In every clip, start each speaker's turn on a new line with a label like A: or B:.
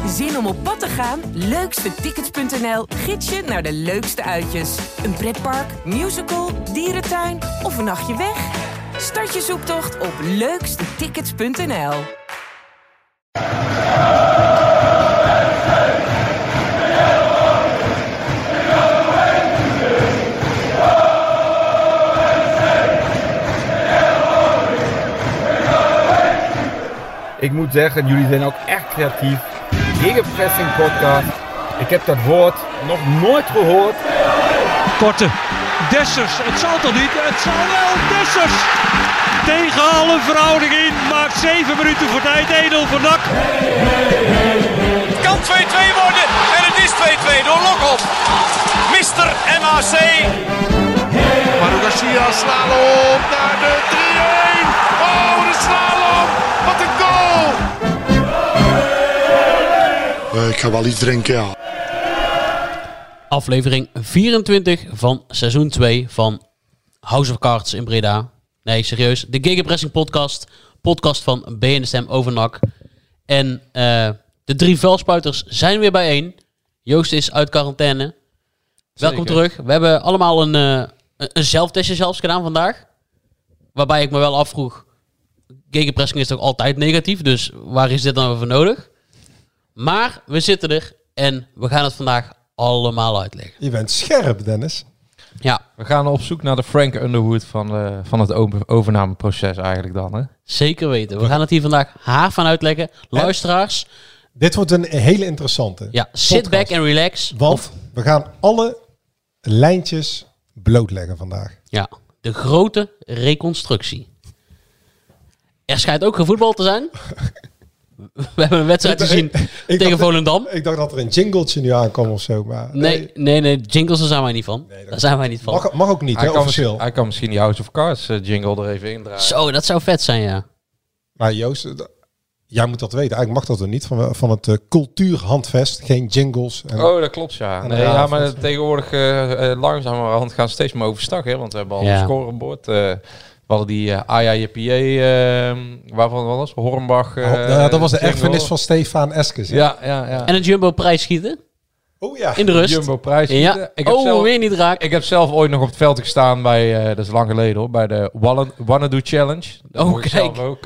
A: Zin om op pad te gaan? Leukstetickets.nl gids je naar de leukste uitjes. Een pretpark, musical, dierentuin of een nachtje weg? Start je zoektocht op leukstetickets.nl.
B: Ik moet zeggen, jullie zijn ook echt creatief. Gegenpressing podcast. Ik heb dat woord nog nooit gehoord.
C: Korte. Dessers. Het zal toch niet? Het zal wel. Dessers. Tegen alle verhouding in. Maakt 7 minuten voor tijd. 1-0 voor NAC.
D: Het kan 2-2 worden. En het is 2-2 door Lokop. Mr. MAC.
E: Manu Garcia slalom naar de 3-1. Oh, de slalom. Wat een goal.
F: Ik ga wel iets drinken, ja.
G: Aflevering 24 van seizoen 2 van House of Cards in Breda. Nee, serieus. De Gegenpressing podcast. Podcast van BNSM over NAC. En de 3 vuilspuiters zijn weer bijeen. Joost is uit quarantaine. Welkom terug. We hebben allemaal een zelftestje zelfs gedaan vandaag. Waarbij ik me wel afvroeg. Gegenpressing is toch altijd negatief. Dus waar is dit dan voor nodig? Maar we zitten er. En we gaan het vandaag allemaal uitleggen.
H: Je bent scherp, Dennis.
G: Ja.
I: We gaan op zoek naar de Frank Underwood van het overnameproces eigenlijk dan, hè?
G: Zeker weten. We gaan het hier vandaag van uitleggen. Luisteraars.
H: Dit wordt een hele interessante.
G: Ja, sit back and relax.
H: Want we gaan alle lijntjes blootleggen vandaag.
G: Ja, de grote reconstructie. Er schijnt ook gevoetbal te zijn. We hebben een wedstrijd gezien tegen Volendam.
H: Ik dacht dat er een jingletje nu aankwam of zo. Maar
G: nee, jingles, daar zijn wij niet van. Daar zijn wij niet van.
H: Mag ook niet, officieel.
I: Hij kan misschien die House of Cards jingle er even indraaien.
G: Zo, dat zou vet zijn, ja.
H: Maar Joost, jij moet dat weten. Eigenlijk mag dat er niet van het cultuurhandvest. Geen jingles.
I: Oh, dat klopt, ja. Nee, ja, maar tegenwoordig langzamerhand gaan steeds meer overstag, hè. Want we hebben al een scorebord. We hadden die AJPA, waarvan was Hornbach.
H: Dat was de erfenis van Stefan Eskes.
I: Ja.
G: En een Jumbo prijs schieten.
H: Oh ja.
G: In de rust.
I: Jumbo prijs schieten.
G: Ja. Weer niet raak.
I: Ik heb zelf ooit nog op het veld gestaan bij, dat is lang geleden hoor, bij de Wanna-Do Challenge. Daar
G: kijk.
I: zelf ook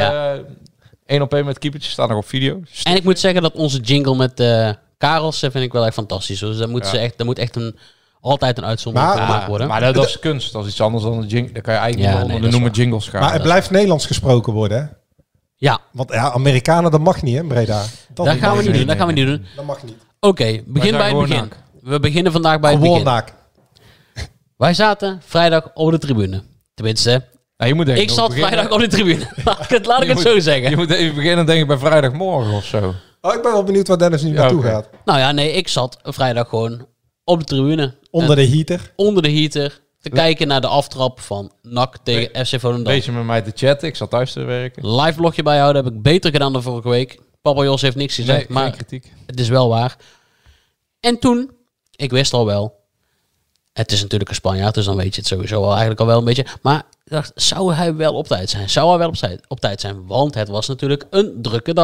I: 1-op-1 met keepertjes, staat nog op video.
G: En ik moet zeggen dat onze jingle met Karels vind ik wel echt fantastisch. Dus dat moet echt altijd een uitzondering gemaakt worden.
I: Maar dat is kunst. Dat is iets anders dan een jingle. Dat kan je eigenlijk niet noemen jingles gaan.
H: Maar het blijft Nederlands gesproken worden, hè?
G: Ja.
H: Want Amerikanen, dat mag niet, hè, Breda?
G: Dat gaan we niet doen.
H: Dat mag niet.
G: Oké, begin bij het begin. We beginnen vandaag bij het begin. Wij zaten vrijdag op de tribune. Tenminste, ik zat vrijdag op de tribune. Laat ik het zo zeggen.
I: Je moet even beginnen, denk ik, bij vrijdagmorgen of zo.
H: Oh, ik ben wel benieuwd waar Dennis nu naartoe gaat.
G: Nou ja, nee, ik zat vrijdag gewoon op de tribune.
H: Onder de heater.
G: Te kijken naar de aftrap van NAC tegen FC Volendam.
I: Beetje met mij te chatten. Ik zat thuis te werken.
G: Live vlogje bijhouden heb ik beter gedaan dan vorige week. Papa Jos heeft niks gezegd, maar
I: kritiek.
G: Het is wel waar. En toen, ik wist al wel, het is natuurlijk een Spanjaard, dus dan weet je het sowieso al eigenlijk al wel een beetje. Maar ik dacht, zou hij wel op tijd zijn? Zou hij wel op tijd zijn? Want het was natuurlijk een drukke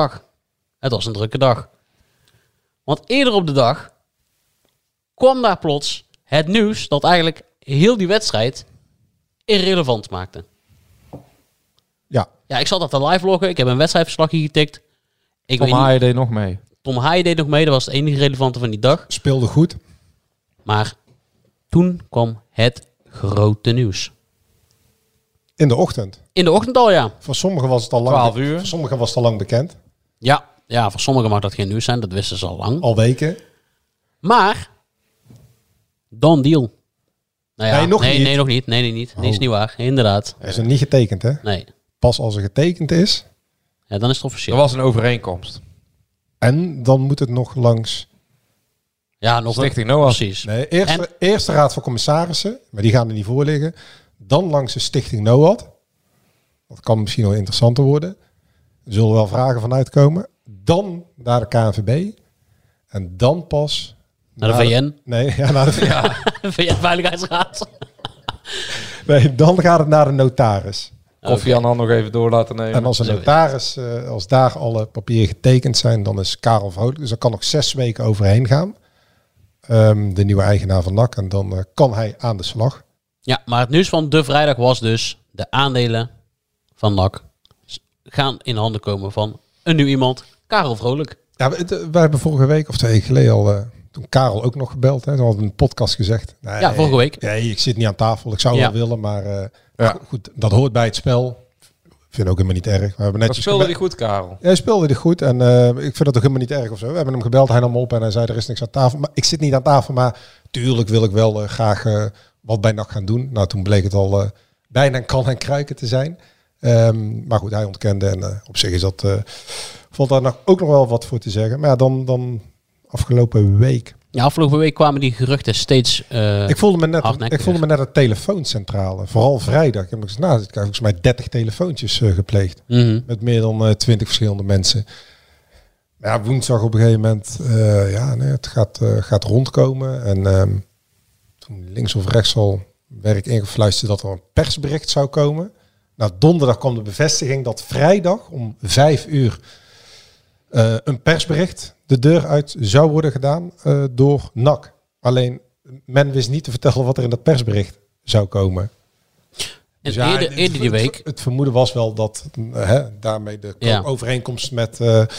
G: dag. Want eerder op de dag kwam daar plots het nieuws dat eigenlijk heel die wedstrijd irrelevant maakte. Ja, ik zat dat te live vloggen. Ik heb een wedstrijdverslagje getikt.
I: Tom Haaien deed nog mee.
G: Tom Haaien deed nog mee. Dat was het enige relevante van die dag.
H: Speelde goed.
G: Maar toen kwam het grote nieuws.
H: In de ochtend?
G: In de ochtend al, ja.
H: Voor sommigen was het al lang
I: 12 uur.
H: Voor sommigen was het al lang bekend.
G: Ja, voor sommigen mag dat geen nieuws zijn. Dat wisten ze al lang.
H: Al weken.
G: Maar done deal. Nou ja,
H: nee, nog niet.
G: Nee, nog niet. Nee, niet. Nee, is niet waar. Inderdaad.
H: Hij is er niet getekend, hè?
G: Nee.
H: Pas als er getekend is.
G: Ja, dan is het officieel.
I: Er was een overeenkomst.
H: En dan moet het nog langs...
G: Ja, nog
I: Stichting Noah.
G: Precies.
H: Nee, eerst de Raad van Commissarissen. Maar die gaan er niet voor liggen. Dan langs de Stichting NOAD. Dat kan misschien wel interessanter worden. Er zullen wel vragen van uitkomen. Dan naar de KNVB. En dan pas...
G: Naar de VN?
H: Nee, naar de VN.
G: VN-veiligheidsraad.
H: Nee, dan gaat het naar de notaris.
I: Koffie aan de hand nog even door laten nemen.
H: En als een notaris, als daar alle papieren getekend zijn, dan is Karel Vrolijk. Dus daar kan nog 6 weken overheen gaan. De nieuwe eigenaar van NAC. En dan kan hij aan de slag.
G: Ja, maar het nieuws van de vrijdag was dus de aandelen van NAC gaan in handen komen van een nieuw iemand, Karel Vrolijk.
H: Ja, wij hebben vorige week of 2 weken geleden al, toen Karel ook nog gebeld. Toen hadden we een podcast gezegd. Nee,
G: ja, vorige week.
H: Nee, ik zit niet aan tafel. Ik zou wel willen, maar goed, dat hoort bij het spel. Ik vind het ook helemaal niet erg. We hebben netjes
I: speelde hij goed, Karel?
H: Ja, hij speelde hij goed. En ik vind dat ook helemaal niet erg of zo. We hebben hem gebeld, hij nam op en hij zei er is niks aan tafel. Maar ik zit niet aan tafel, maar tuurlijk wil ik wel graag wat bij NAC gaan doen. Nou, toen bleek het al bijna een kan en kruiken te zijn. Maar goed, hij ontkende en op zich is dat... valt daar ook nog wel wat voor te zeggen. Maar ja, dan afgelopen week...
G: Ja, afgelopen week kwamen die geruchten steeds
H: ik voelde me net een telefooncentrale. Vooral vrijdag. Ik heb volgens mij 30 telefoontjes gepleegd.
G: Mm-hmm.
H: Met meer dan 20 verschillende mensen. Maar ja, woensdag op een gegeven moment... het gaat rondkomen. En toen links of rechts al werd ik ingefluisterd dat er een persbericht zou komen. Nou, donderdag kwam de bevestiging dat vrijdag om 5 uur... een persbericht de deur uit zou worden gedaan door NAC. Alleen, men wist niet te vertellen wat er in dat persbericht zou komen.
G: En dus eerder die week...
H: Het vermoeden was wel dat daarmee de overeenkomst met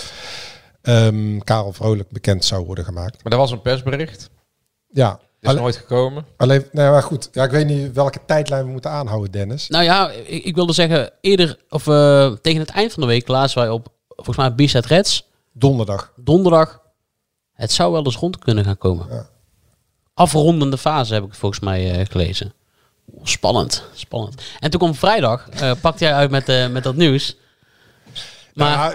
H: Karel Vrolijk bekend zou worden gemaakt.
I: Maar dat was een persbericht?
H: Ja.
I: Is nooit gekomen?
H: Alleen, nou maar goed. Ja, ik weet niet welke tijdlijn we moeten aanhouden, Dennis.
G: Nou ja, ik wilde zeggen, eerder of tegen het eind van de week lazen wij op, volgens mij, B-Set Reds. Donderdag. Het zou wel eens rond kunnen gaan komen. Ja. Afrondende fase heb ik volgens mij gelezen. Spannend. En toen kwam vrijdag, pakte jij uit met dat nieuws. Maar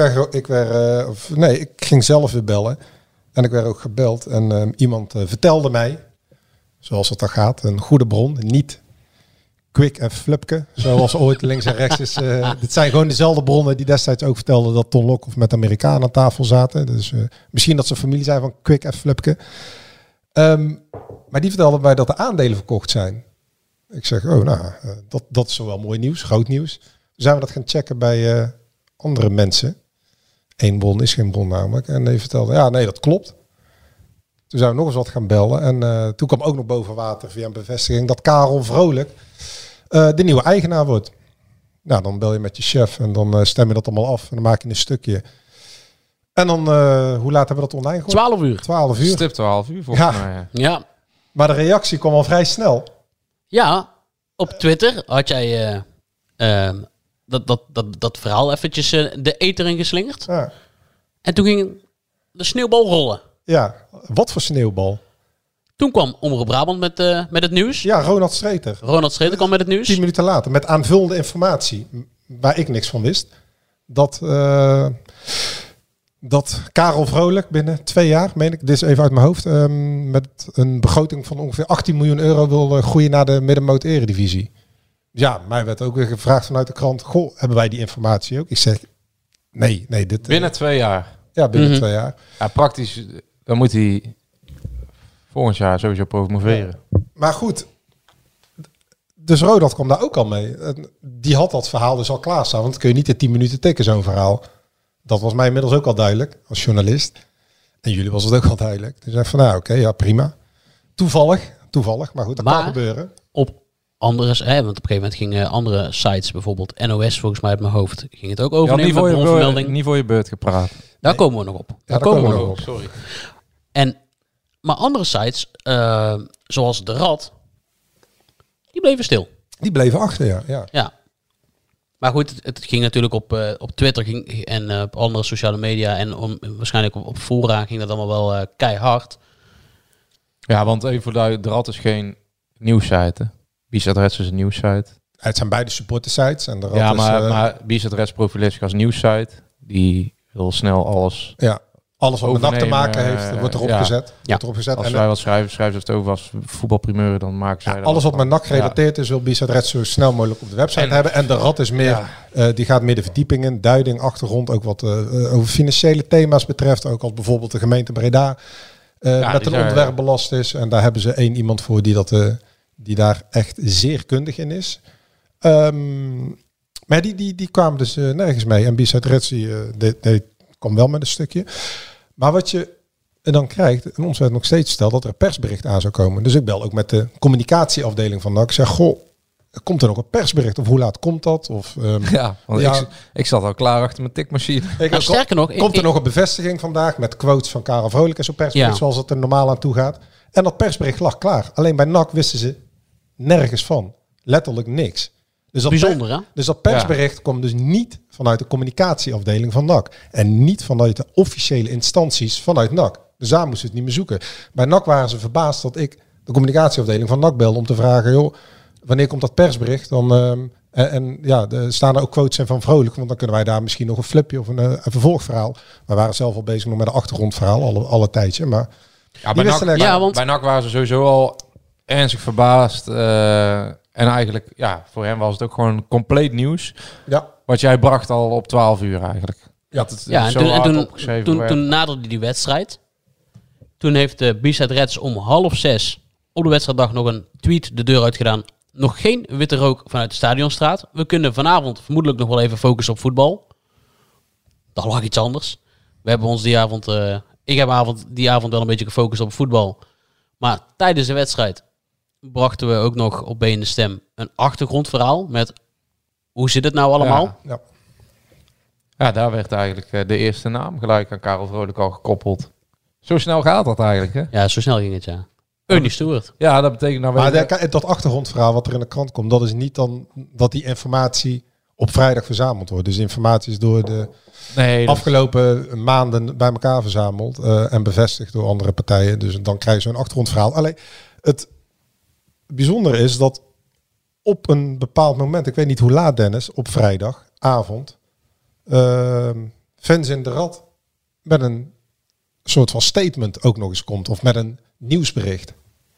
H: ik ging zelf weer bellen. En ik werd ook gebeld. En iemand vertelde mij, zoals het dan gaat, een goede bron. Niet Kwik en Flupke, zoals ooit links en rechts is. Dit zijn gewoon dezelfde bronnen die destijds ook vertelden dat Ton Lokhoff met Amerikanen aan tafel zaten. Dus misschien dat ze familie zijn van Kwik en Flupke. Maar die vertelden mij dat de aandelen verkocht zijn. Ik zeg, dat is wel mooi nieuws, groot nieuws. Toen zijn we dat gaan checken bij andere mensen. Eén bron is geen bron namelijk. En die vertelde, dat klopt. Toen zijn we nog eens wat gaan bellen. En toen kwam ook nog boven water via een bevestiging dat Karel Vrolijk de nieuwe eigenaar wordt. Nou, dan bel je met je chef en dan stem je dat allemaal af. En dan maak je een stukje. En dan, hoe laat hebben we dat online gegooid?
G: 12 uur.
H: 12 uur.
I: Stip 12 uur volgens mij.
G: Ja.
H: Maar de reactie kwam al vrij snel.
G: Ja, op Twitter had jij dat verhaal eventjes de eter in geslingerd.
H: Ja.
G: En toen ging de sneeuwbal rollen.
H: Ja, wat voor sneeuwbal?
G: Toen kwam Omroep Brabant met het nieuws.
H: Ja, Ronald Streeter.
G: Kwam met het nieuws.
H: 10 minuten later, met aanvullende informatie, waar ik niks van wist. Dat Karel Vrolijk binnen 2 jaar, meen ik, dit is even uit mijn hoofd, met een begroting van ongeveer 18 miljoen euro wil groeien naar de middenmoot eredivisie. Ja, mij werd ook weer gevraagd vanuit de krant, goh, hebben wij die informatie ook? Ik zeg, nee. Dit,
I: binnen 2 jaar?
H: Ja, binnen 2 jaar.
I: Ja, praktisch, dan moet hij volgend jaar sowieso promoveren.
H: Ja. Maar goed, dus Ronald kwam daar ook al mee. Die had dat verhaal dus al klaarstaan, want dan kun je niet in 10 minuten tikken, zo'n verhaal. Dat was mij inmiddels ook al duidelijk, als journalist. En jullie was het ook al duidelijk. Dus ik van, oké, prima. Toevallig, maar goed, dat kan gebeuren.
G: Op andere, want op een gegeven moment gingen andere sites, bijvoorbeeld NOS volgens mij uit mijn hoofd, ging het ook over.
I: Niet voor je beurt gepraat.
G: Daar komen we nog op.
H: Daar komen we nog op.
I: Sorry.
G: Maar andere sites, zoals De Rad, die bleven stil.
H: Die bleven achter, ja.
G: Maar goed, het ging natuurlijk op Twitter en op andere sociale media en waarschijnlijk op fora ging dat allemaal wel keihard.
I: Ja, want even voor de Rad is geen nieuwssite. B-Set Reds is een nieuwssite.
H: Het zijn beide supportersites. En de Rad
I: ja, maar B-Set Reds profileert zich als nieuwssite. Die wil snel alles...
H: Ja. Alles wat met NAC te maken heeft, wordt erop gezet.
I: Als wij wat schrijven het over als voetbalprimeur, dan maken zij
H: alles wat met NAC gerelateerd is, wil B-Set Reds zo snel mogelijk op de website hebben. En de Rad is meer, die gaat meer de verdieping in, duiding, achtergrond, ook wat over financiële thema's betreft. Ook als bijvoorbeeld de gemeente Breda met een ontwerp belast is. En daar hebben ze 1 iemand voor die daar echt zeer kundig in is. Maar die kwamen dus nergens mee. En B-Side Reds die kwam wel met een stukje. Maar wat je dan krijgt, en ons werd nog steeds verteld dat er een persbericht aan zou komen. Dus ik bel ook met de communicatieafdeling van NAC. Ik zeg, goh, komt er nog een persbericht? Of hoe laat komt dat? Of,
I: ik zat al klaar achter mijn tikmachine.
G: Sterker nog,
H: komt er nog een bevestiging vandaag met quotes van Karel Vrolijk en zo'n persbericht zoals het er normaal aan toe gaat. En dat persbericht lag klaar. Alleen bij NAC wisten ze nergens van. Letterlijk niks. Dus dat
G: bijzonder, hè?
H: Dus dat persbericht komt dus niet vanuit de communicatieafdeling van NAC. En niet vanuit de officiële instanties vanuit NAC. Dus daar moesten we het niet meer zoeken. Bij NAC waren ze verbaasd dat ik de communicatieafdeling van NAC belde om te vragen, joh, wanneer komt dat persbericht? Dan, er staan er ook quotes in van Vrolijk, want dan kunnen wij daar misschien nog een flipje of een vervolgverhaal. We waren zelf al bezig nog met een achtergrondverhaal, alle tijdje. Maar
I: bij NAC waren ze sowieso al ernstig verbaasd. En eigenlijk, voor hem was het ook gewoon compleet nieuws.
H: Ja.
I: Wat jij bracht al op 12 uur eigenlijk.
G: Toen naderde die wedstrijd. Toen heeft de B-Side Reds om 5:30 op de wedstrijddag nog een tweet de deur uitgedaan. Nog geen witte rook vanuit de Stadionstraat. We kunnen vanavond vermoedelijk nog wel even focussen op voetbal. Dat lag iets anders. We hebben ons die avond... ik heb die avond wel een beetje gefocust op voetbal. Maar tijdens de wedstrijd brachten we ook nog op BN De Stem een achtergrondverhaal met hoe zit het nou allemaal?
I: Ja, daar werd eigenlijk de eerste naam gelijk aan Karel Vrolijk al gekoppeld. Zo snel gaat dat eigenlijk, hè?
G: Ja, zo snel ging het, ja. Ernie Stewart.
I: Ja, dat betekent nou...
H: Maar dat achtergrondverhaal wat er in de krant komt, dat is niet dan dat die informatie op vrijdag verzameld wordt. Dus informatie is door de afgelopen maanden bij elkaar verzameld en bevestigd door andere partijen. Dus dan krijg je zo'n achtergrondverhaal. Alleen het bijzondere is dat op een bepaald moment, ik weet niet hoe laat Dennis, op vrijdagavond, fans in de Rad met een soort van statement ook nog eens komt. Of met een nieuwsbericht.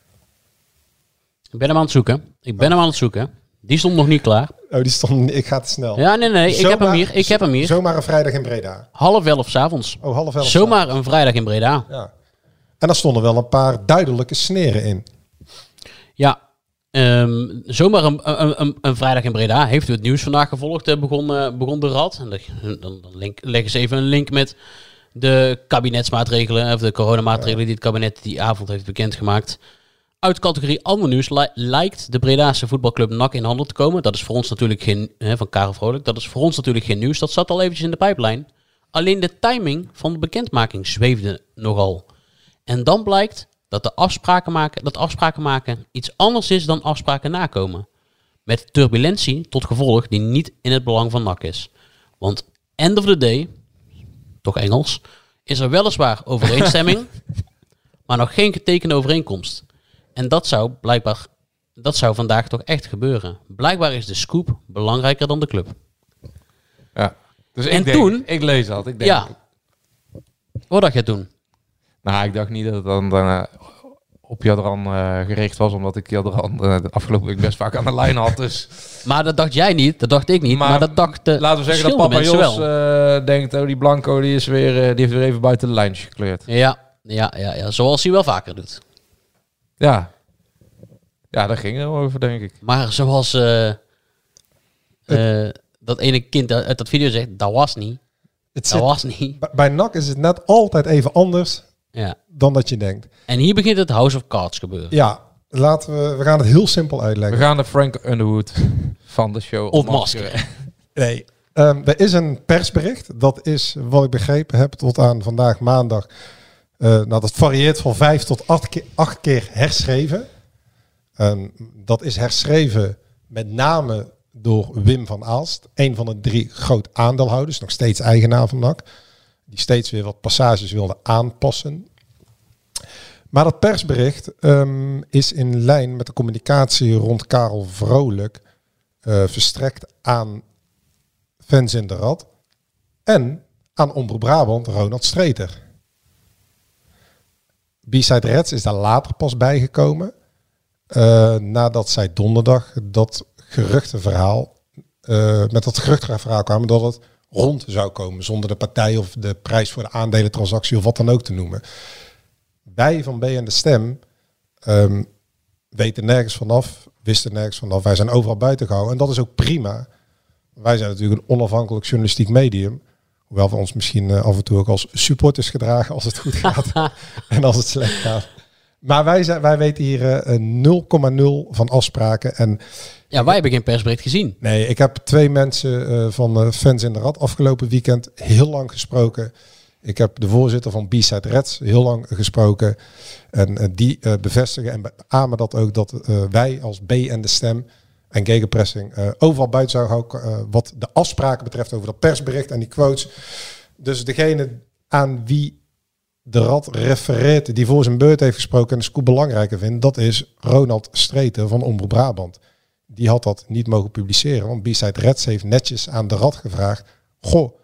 G: Ik ben hem aan het zoeken. Die stond nog niet klaar.
H: Oh, die stond... Ik ga te snel.
G: Ja, nee. Ik heb hem hier.
H: Zomaar een vrijdag in Breda.
G: 10:30 s'avonds.
H: Oh, 10:30.
G: Zomaar een vrijdag in Breda.
H: Ja. En daar stonden wel een paar duidelijke sneren in.
G: Ja. Zomaar een vrijdag in Breda. Heeft u het nieuws vandaag gevolgd? Begon de Rad. En dan leggen ze even een link met de kabinetsmaatregelen. Of de coronamaatregelen die het kabinet die avond heeft bekendgemaakt. Uit categorie ander nieuws lijkt de Bredaanse voetbalclub NAC in handel te komen. Dat is voor ons natuurlijk geen... van Karel Vrolijk. Dat is voor ons natuurlijk geen nieuws. Dat zat al eventjes in de pijplijn. Alleen de timing van de bekendmaking zweefde nogal. En dan blijkt dat afspraken maken iets anders is dan afspraken nakomen. Met turbulentie tot gevolg die niet in het belang van NAC is. Want end of the day, toch Engels, is er weliswaar overeenstemming, maar nog geen getekende overeenkomst. En dat zou vandaag toch echt gebeuren. Blijkbaar is de scoop belangrijker dan de club.
I: Ja. Dus ik lees dat. Ik denk,
G: ja. Wat dacht je toen?
I: Nou, ik dacht niet dat het dan op Jadran gericht was, omdat ik Jadran de afgelopen week best vaak aan de lijn had. Dus.
G: Maar dat dacht jij niet, dat dacht ik niet, maar dat dacht de
I: laten we zeggen dat papa Jos denkt, die Blanco die heeft weer even buiten de lijntje gekleurd.
G: Ja, zoals hij wel vaker doet.
I: Ja, daar ging het over, denk ik.
G: Maar zoals dat ene kind uit dat video zegt, dat was niet.
H: Bij NAC is het net altijd even anders dan dat je denkt.
G: En hier begint het House of Cards gebeuren.
H: Ja, we gaan het heel simpel uitleggen.
I: We gaan de Frank Underwood van de show
G: ontmaskeren.
H: Nee, er is een persbericht. Dat is, wat ik begrepen heb, tot aan vandaag maandag. Dat varieert van 5 tot 8 keer herschreven. Dat is herschreven met name door Wim van Aalst. Een van de 3 groot aandeelhouders. Nog steeds eigenaar van NAC. Die steeds weer wat passages wilde aanpassen. Maar dat persbericht is in lijn met de communicatie rond Karel Vrolijk verstrekt aan fans in de Rad. En aan Omroep Brabant Ronald Streeter. B-Side Reds is daar later pas bijgekomen. Nadat zij donderdag dat geruchtenverhaal kwamen dat het rond zou komen. Zonder de partij of de prijs voor de aandelentransactie of wat dan ook te noemen. Wij van BN De Stem wisten nergens vanaf. Wij zijn overal buiten gehouden. En dat is ook prima. Wij zijn natuurlijk een onafhankelijk journalistiek medium. Hoewel we ons misschien af en toe ook als supporters gedragen als het goed gaat en als het slecht gaat. Maar wij weten hier 0,0 van afspraken. En
G: ja, wij hebben geen persbericht gezien.
H: Nee, ik heb 2 mensen van Fans in de Rad afgelopen weekend heel lang gesproken. Ik heb de voorzitter van B-Side Reds heel lang gesproken. En die bevestigen en beamen dat ook, dat wij als B en de Stem en gegenpressing overal buiten zou houden wat de afspraken betreft over dat persbericht en die quotes. Dus degene aan wie de Rad refereert, die voor zijn beurt heeft gesproken en de scoop belangrijker vindt, dat is Ronald Streeter van Omroep Brabant. Die had dat niet mogen publiceren, want B-Side Reds heeft netjes aan de Rad gevraagd, goh,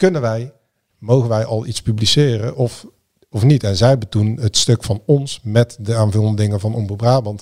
H: mogen wij al iets publiceren of niet? En zij hebben toen het stuk van ons met de aanvullende dingen van Omroep Brabant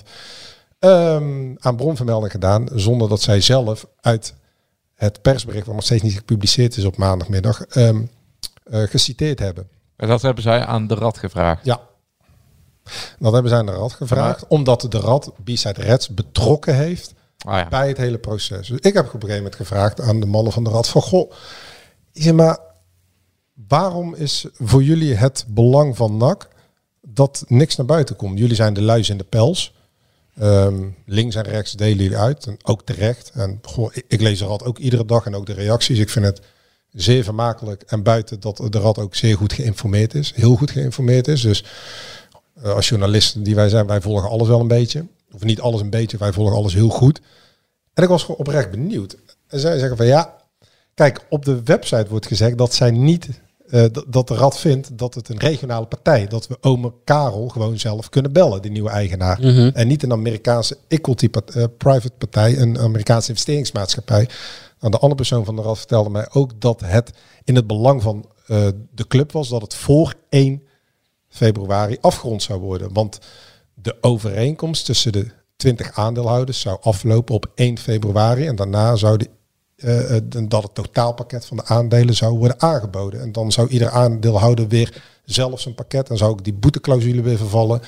H: aan bronvermelding gedaan, zonder dat zij zelf uit het persbericht, wat nog steeds niet gepubliceerd is op maandagmiddag, geciteerd hebben.
I: En dat hebben zij aan de Rad gevraagd?
H: Ja. Dat hebben zij aan de Rad gevraagd, omdat de Rad B-Side Reds betrokken heeft bij het hele proces. Dus ik heb op een gegeven moment gevraagd aan de mannen van de Rad van, goh, zeg maar, waarom is voor jullie het belang van NAC dat niks naar buiten komt? Jullie zijn de luis in de pels. Links en rechts delen jullie uit. En ook terecht. En goh, ik lees de Rad ook iedere dag en ook de reacties. Ik vind het zeer vermakelijk. En buiten dat de Rad ook zeer goed geïnformeerd is. Heel goed geïnformeerd is. Dus als journalisten die wij zijn, wij volgen alles wel een beetje. Of niet alles een beetje, wij volgen alles heel goed. En ik was gewoon oprecht benieuwd. En zij zeggen van ja, kijk, op de website wordt gezegd dat zij niet, dat de Rad vindt dat het een regionale partij, dat we ome Karel gewoon zelf kunnen bellen, die nieuwe eigenaar. Mm-hmm. En niet een Amerikaanse equity private partij, een Amerikaanse investeringsmaatschappij. Nou, de andere persoon van de Rad vertelde mij ook dat het in het belang van de club was dat het voor 1 februari afgerond zou worden. Want de overeenkomst tussen de 20 aandeelhouders zou aflopen op 1 februari en daarna zou dat het totaalpakket van de aandelen zou worden aangeboden. En dan zou ieder aandeelhouder weer zelf zijn pakket en zou ook die boeteclausule weer vervallen.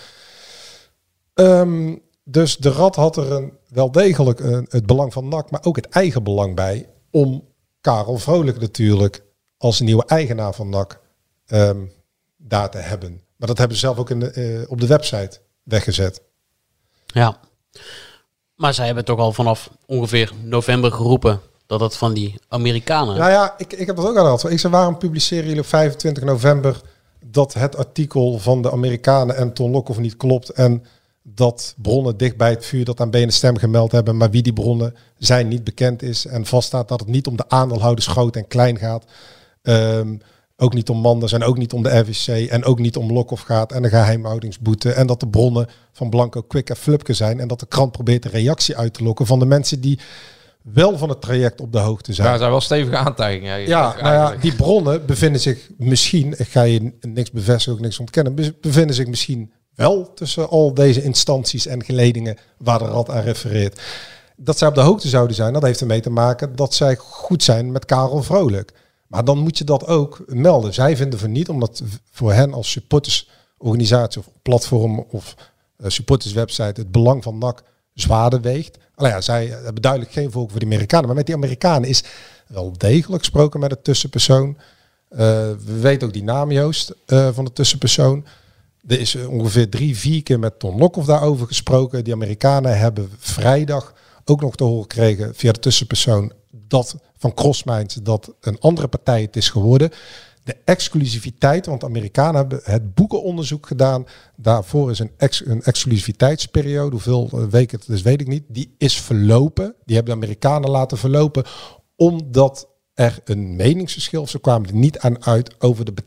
H: Dus de Rad had er wel degelijk het belang van NAC, maar ook het eigen belang bij om Karel Vrolijk natuurlijk als nieuwe eigenaar van NAC daar te hebben. Maar dat hebben ze zelf ook op de website weggezet.
G: Ja, maar zij hebben toch al vanaf ongeveer november geroepen dat het van die Amerikanen...
H: Nou ja, ik heb dat ook al gehad. Ik zei, waarom publiceren jullie op 25 november dat het artikel van de Amerikanen en Ton Lokhoff niet klopt en dat bronnen dicht bij het vuur dat aan BN Stem gemeld hebben, maar wie die bronnen zijn niet bekend is en vaststaat dat het niet om de aandeelhouders groot en klein gaat. Ook niet om Manders en ook niet om de RVC en ook niet om Lokhoff gaat en de geheimhoudingsboete. En dat de bronnen van Blanco, Quick en Flupke zijn en dat de krant probeert de reactie uit te lokken van de mensen die wel van het traject op de hoogte zijn.
I: Ja, dat zijn wel stevige aantijgingen.
H: Ja, nou ja, die bronnen bevinden zich misschien, ik ga je niks bevestigen, ook niks ontkennen, bevinden zich misschien wel tussen al deze instanties en geledingen waar de Rad aan refereert. Dat zij op de hoogte zouden zijn, dat heeft ermee te maken dat zij goed zijn met Karel Vrolijk. Maar dan moet je dat ook melden. Zij vinden van niet, omdat voor hen als supportersorganisatie of platform of supporterswebsite het belang van NAC zwaarder weegt. Nou ja, zij hebben duidelijk geen volk voor de Amerikanen. Maar met die Amerikanen is wel degelijk gesproken met de tussenpersoon. We weten ook die naam, Joost, van de tussenpersoon. Er is ongeveer 3-4 keer met Ton Lokhoff daarover gesproken. Die Amerikanen hebben vrijdag ook nog te horen gekregen via de tussenpersoon dat van Crossminds dat een andere partij het is geworden. De exclusiviteit, want de Amerikanen hebben het boekenonderzoek gedaan. Daarvoor is een exclusiviteitsperiode. Hoeveel weken het is, weet ik niet. Die is verlopen. Die hebben de Amerikanen laten verlopen. Omdat er een meningsverschil, of ze kwamen er niet aan uit over de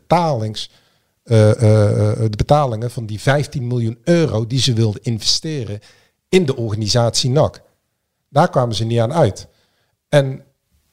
H: betalingen van die 15 miljoen euro die ze wilden investeren in de organisatie NAC. Daar kwamen ze niet aan uit. En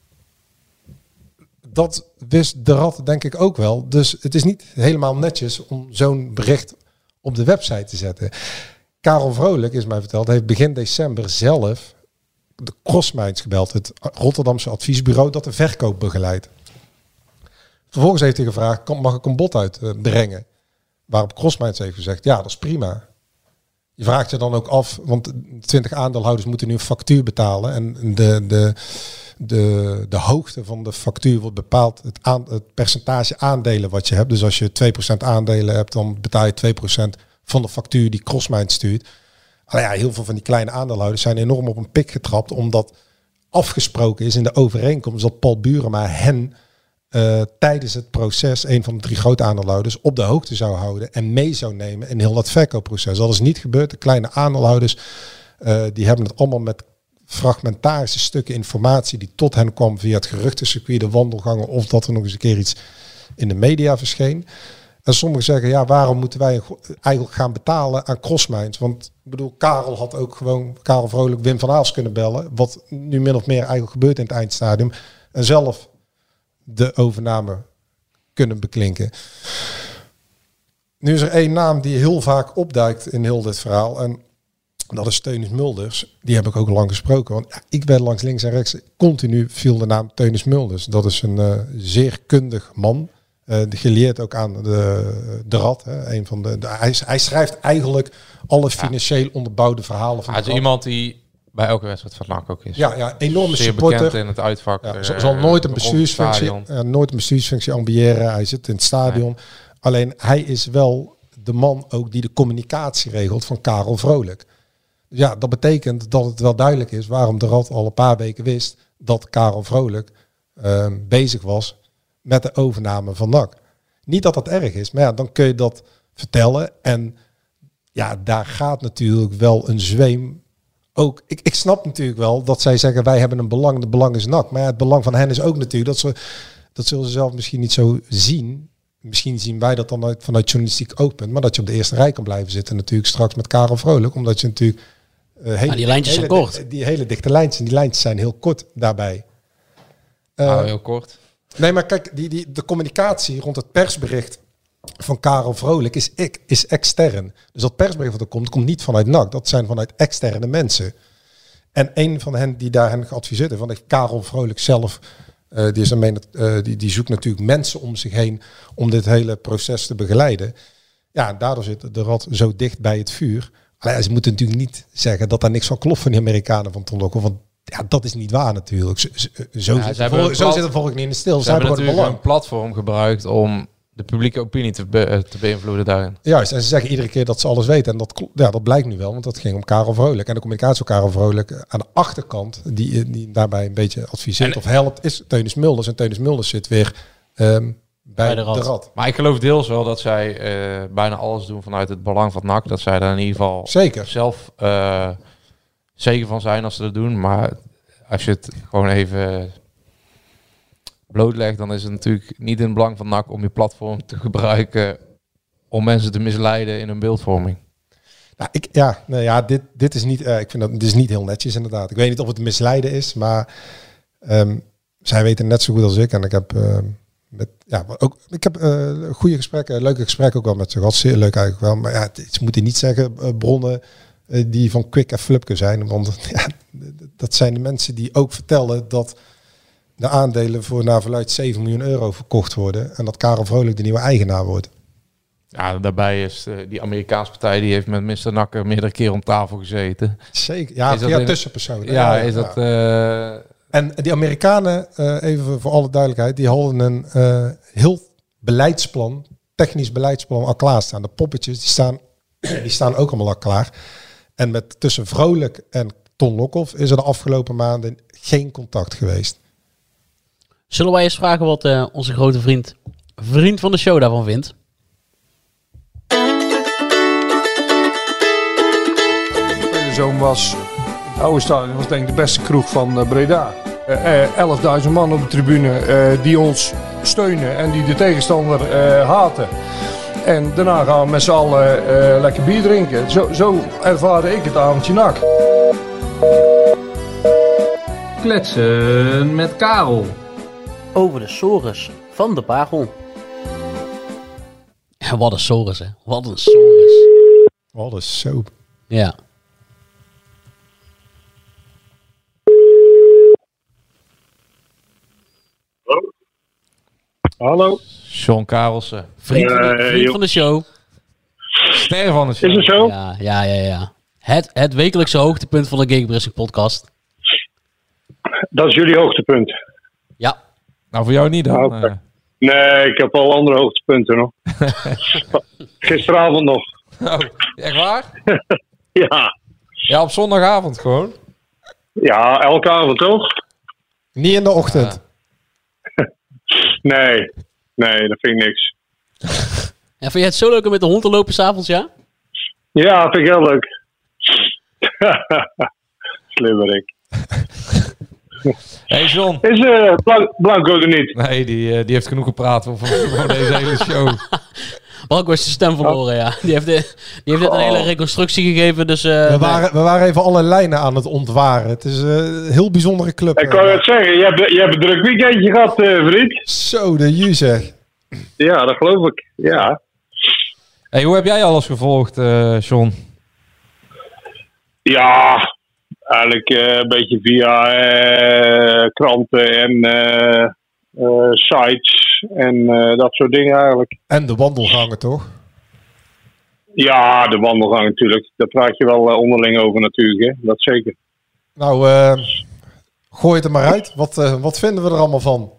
H: dat wist de Rad denk ik ook wel. Dus het is niet helemaal netjes om zo'n bericht op de website te zetten. Karel Vrolijk, is mij verteld, heeft begin december zelf de Crossminds gebeld. Het Rotterdamse adviesbureau dat de verkoop begeleidt. Vervolgens heeft hij gevraagd, mag ik een bod uitbrengen? Waarop Crossminds heeft gezegd, ja, dat is prima. Je vraagt je dan ook af, want 20 aandeelhouders moeten nu een factuur betalen. En de hoogte van de factuur wordt bepaald het percentage aandelen wat je hebt. Dus als je 2% aandelen hebt, dan betaal je 2% van de factuur die Crossminds stuurt. Heel veel van die kleine aandeelhouders zijn enorm op een pik getrapt, omdat afgesproken is in de overeenkomst dat Paul Burema hen tijdens het proces, een van de 3 grote aandeelhouders, op de hoogte zou houden en mee zou nemen in heel dat verkoopproces. Dat is niet gebeurd. De kleine aandeelhouders die hebben het allemaal met fragmentarische stukken informatie die tot hen kwam via het geruchtencircuit, de wandelgangen, of dat er nog eens een keer iets in de media verscheen. En sommigen zeggen, waarom moeten wij eigenlijk gaan betalen aan Crossminds? Want ik bedoel, Karel had ook gewoon Karel Vrolijk Wim van Aals kunnen bellen, wat nu min of meer eigenlijk gebeurt in het eindstadium, en zelf de overname kunnen beklinken. Nu is er 1 naam die heel vaak opduikt in heel dit verhaal, en dat is Teunis Mulders. Die heb ik ook lang gesproken. Want ik ben langs links en rechts. Continu viel de naam Teunis Mulders. Dat is een zeer kundig man. Geleerd ook aan de Rad. Een van hij schrijft eigenlijk alle financieel onderbouwde verhalen van de Rad.
I: Het is iemand die bij elke wedstrijd van NAC ook is.
H: Ja, enorme
I: zeer
H: supporter.
I: Bekend in het uitvak.
H: Zal nooit een bestuursfunctie ambiëren. Hij zit in het stadion. Nee. Alleen hij is wel de man ook die de communicatie regelt van Karel Vrolijk. Ja, dat betekent dat het wel duidelijk is waarom de Rad al een paar weken wist dat Karel Vrolijk bezig was met de overname van NAC. Niet dat dat erg is, maar dan kun je dat vertellen. En daar gaat natuurlijk wel een zweem. Ook, ik snap natuurlijk wel dat zij zeggen, wij hebben een belang, de belang is NAC. Maar het belang van hen is ook natuurlijk, dat zullen ze zelf misschien niet zo zien. Misschien zien wij dat dan vanuit journalistiek oogpunt, maar dat je op de eerste rij kan blijven zitten natuurlijk straks met Karel Vrolijk, omdat je natuurlijk
G: die lijntjes zijn kort.
H: Die hele dichte lijntjes, en die lijntjes zijn heel kort daarbij.
I: Heel kort.
H: Nee, maar kijk, de communicatie rond het persbericht van Karel Vrolijk is extern. Dus dat persbericht wat er komt niet vanuit NAC. Dat zijn vanuit externe mensen. En een van hen die daar hen geadviseerd heeft, want Karel Vrolijk zelf, die zoekt natuurlijk mensen om zich heen om dit hele proces te begeleiden. Ja, daardoor zit de Rad zo dicht bij het vuur. Ze moeten natuurlijk niet zeggen dat daar niks van klopt van die Amerikanen van Ton Lokhoff, want dat is niet waar natuurlijk. Zo zit het volk niet in de stil.
I: Ze hebben natuurlijk een platform gebruikt om de publieke opinie te beïnvloeden daarin.
H: Juist, en ze zeggen iedere keer dat ze alles weten. En dat blijkt nu wel, want dat ging om Karel Vrolijk. En de communicatie van Karel Vrolijk aan de achterkant, die daarbij een beetje adviseert of helpt, is Teunis Mulders. En Teunis Mulders zit weer bij de Rad.
I: Maar ik geloof deels wel dat zij bijna alles doen vanuit het belang van NAC. Dat zij daar in ieder geval zelf zeker van zijn als ze dat doen. Maar als je het gewoon even blootlegt, dan is het natuurlijk niet in het belang van NAC om je platform te gebruiken om mensen te misleiden in hun beeldvorming.
H: Dit is niet. Ik vind dat dit is niet heel netjes inderdaad. Ik weet niet of het misleiden is, maar zij weten net zo goed als ik. En ik heb goede gesprekken, leuke gesprekken ook wel met ze gehad. Zeer leuk eigenlijk wel. Maar ze moeten niet zeggen bronnen die van Kwik en Flupke zijn. Want dat zijn de mensen die ook vertellen dat de aandelen voor naar verluidt 7 miljoen euro verkocht worden. En dat Karel Vrolijk de nieuwe eigenaar wordt.
I: Ja, daarbij is die Amerikaanse partij, die heeft met Mr. Nakker meerdere keer om tafel gezeten.
H: Zeker, ja, via tussenpersonen.
I: Ja, is dat...
H: En die Amerikanen, even voor alle duidelijkheid, die hadden een heel beleidsplan, technisch beleidsplan al klaarstaan. De poppetjes, die staan ook allemaal al klaar. En met tussen Vrolijk en Ton Lokhoff is er de afgelopen maanden geen contact geweest.
G: Zullen wij eens vragen wat onze grote vriend van de show daarvan vindt?
J: Zoon was, het oude stadion was denk ik de beste kroeg van Breda. 11.000 man op de tribune die ons steunen en die de tegenstander haten. En daarna gaan we met z'n allen lekker bier drinken. Zo ervaarde ik het avondje NAC.
K: Kletsen met Karel.
G: Over de sores van de Pagel. Ja, wat een sores, hè. Wat een sores.
H: Wat een soap.
G: Ja.
L: Hallo.
I: Sean Karelsen.
G: Vriend van de show.
I: Ster van de show.
L: Is het zo?
G: Ja. Het wekelijkse hoogtepunt van de Gegenpressing podcast.
J: Dat is jullie hoogtepunt.
G: Ja.
I: Nou, voor jou niet dan?
J: Okay. Nee, ik heb al andere hoogtepunten nog. Gisteravond nog.
I: Oh, echt waar?
J: Ja.
I: Ja, op zondagavond gewoon?
J: Ja, elke avond toch?
H: Niet in de ochtend?
J: Nee, dat vind ik niks.
G: Ja, vind je het zo leuk om met de hond te lopen s'avonds, ja?
J: Ja, vind ik heel leuk. Slimmerik.
I: Hey John.
J: Is Blanco er niet?
I: Nee, die heeft genoeg gepraat voor deze hele show.
G: Blanco is de stem verloren, ja. Die heeft net een hele reconstructie gegeven, dus...
H: we waren even alle lijnen aan het ontwaren. Het is een heel bijzondere club.
J: Ik kan het zeggen, je hebt een druk weekendje gehad, vriend.
H: Zo, de ju zeg.
J: Ja, dat geloof ik, ja.
I: Hey, hoe heb jij alles gevolgd, John?
J: Ja, eigenlijk een beetje via kranten en sites en dat soort dingen eigenlijk.
H: En de wandelgangen, toch?
J: Ja, de wandelgang natuurlijk. Daar praat je wel onderling over natuurlijk, hè? Dat zeker.
H: Nou, gooi het er maar uit. Wat vinden we er allemaal van?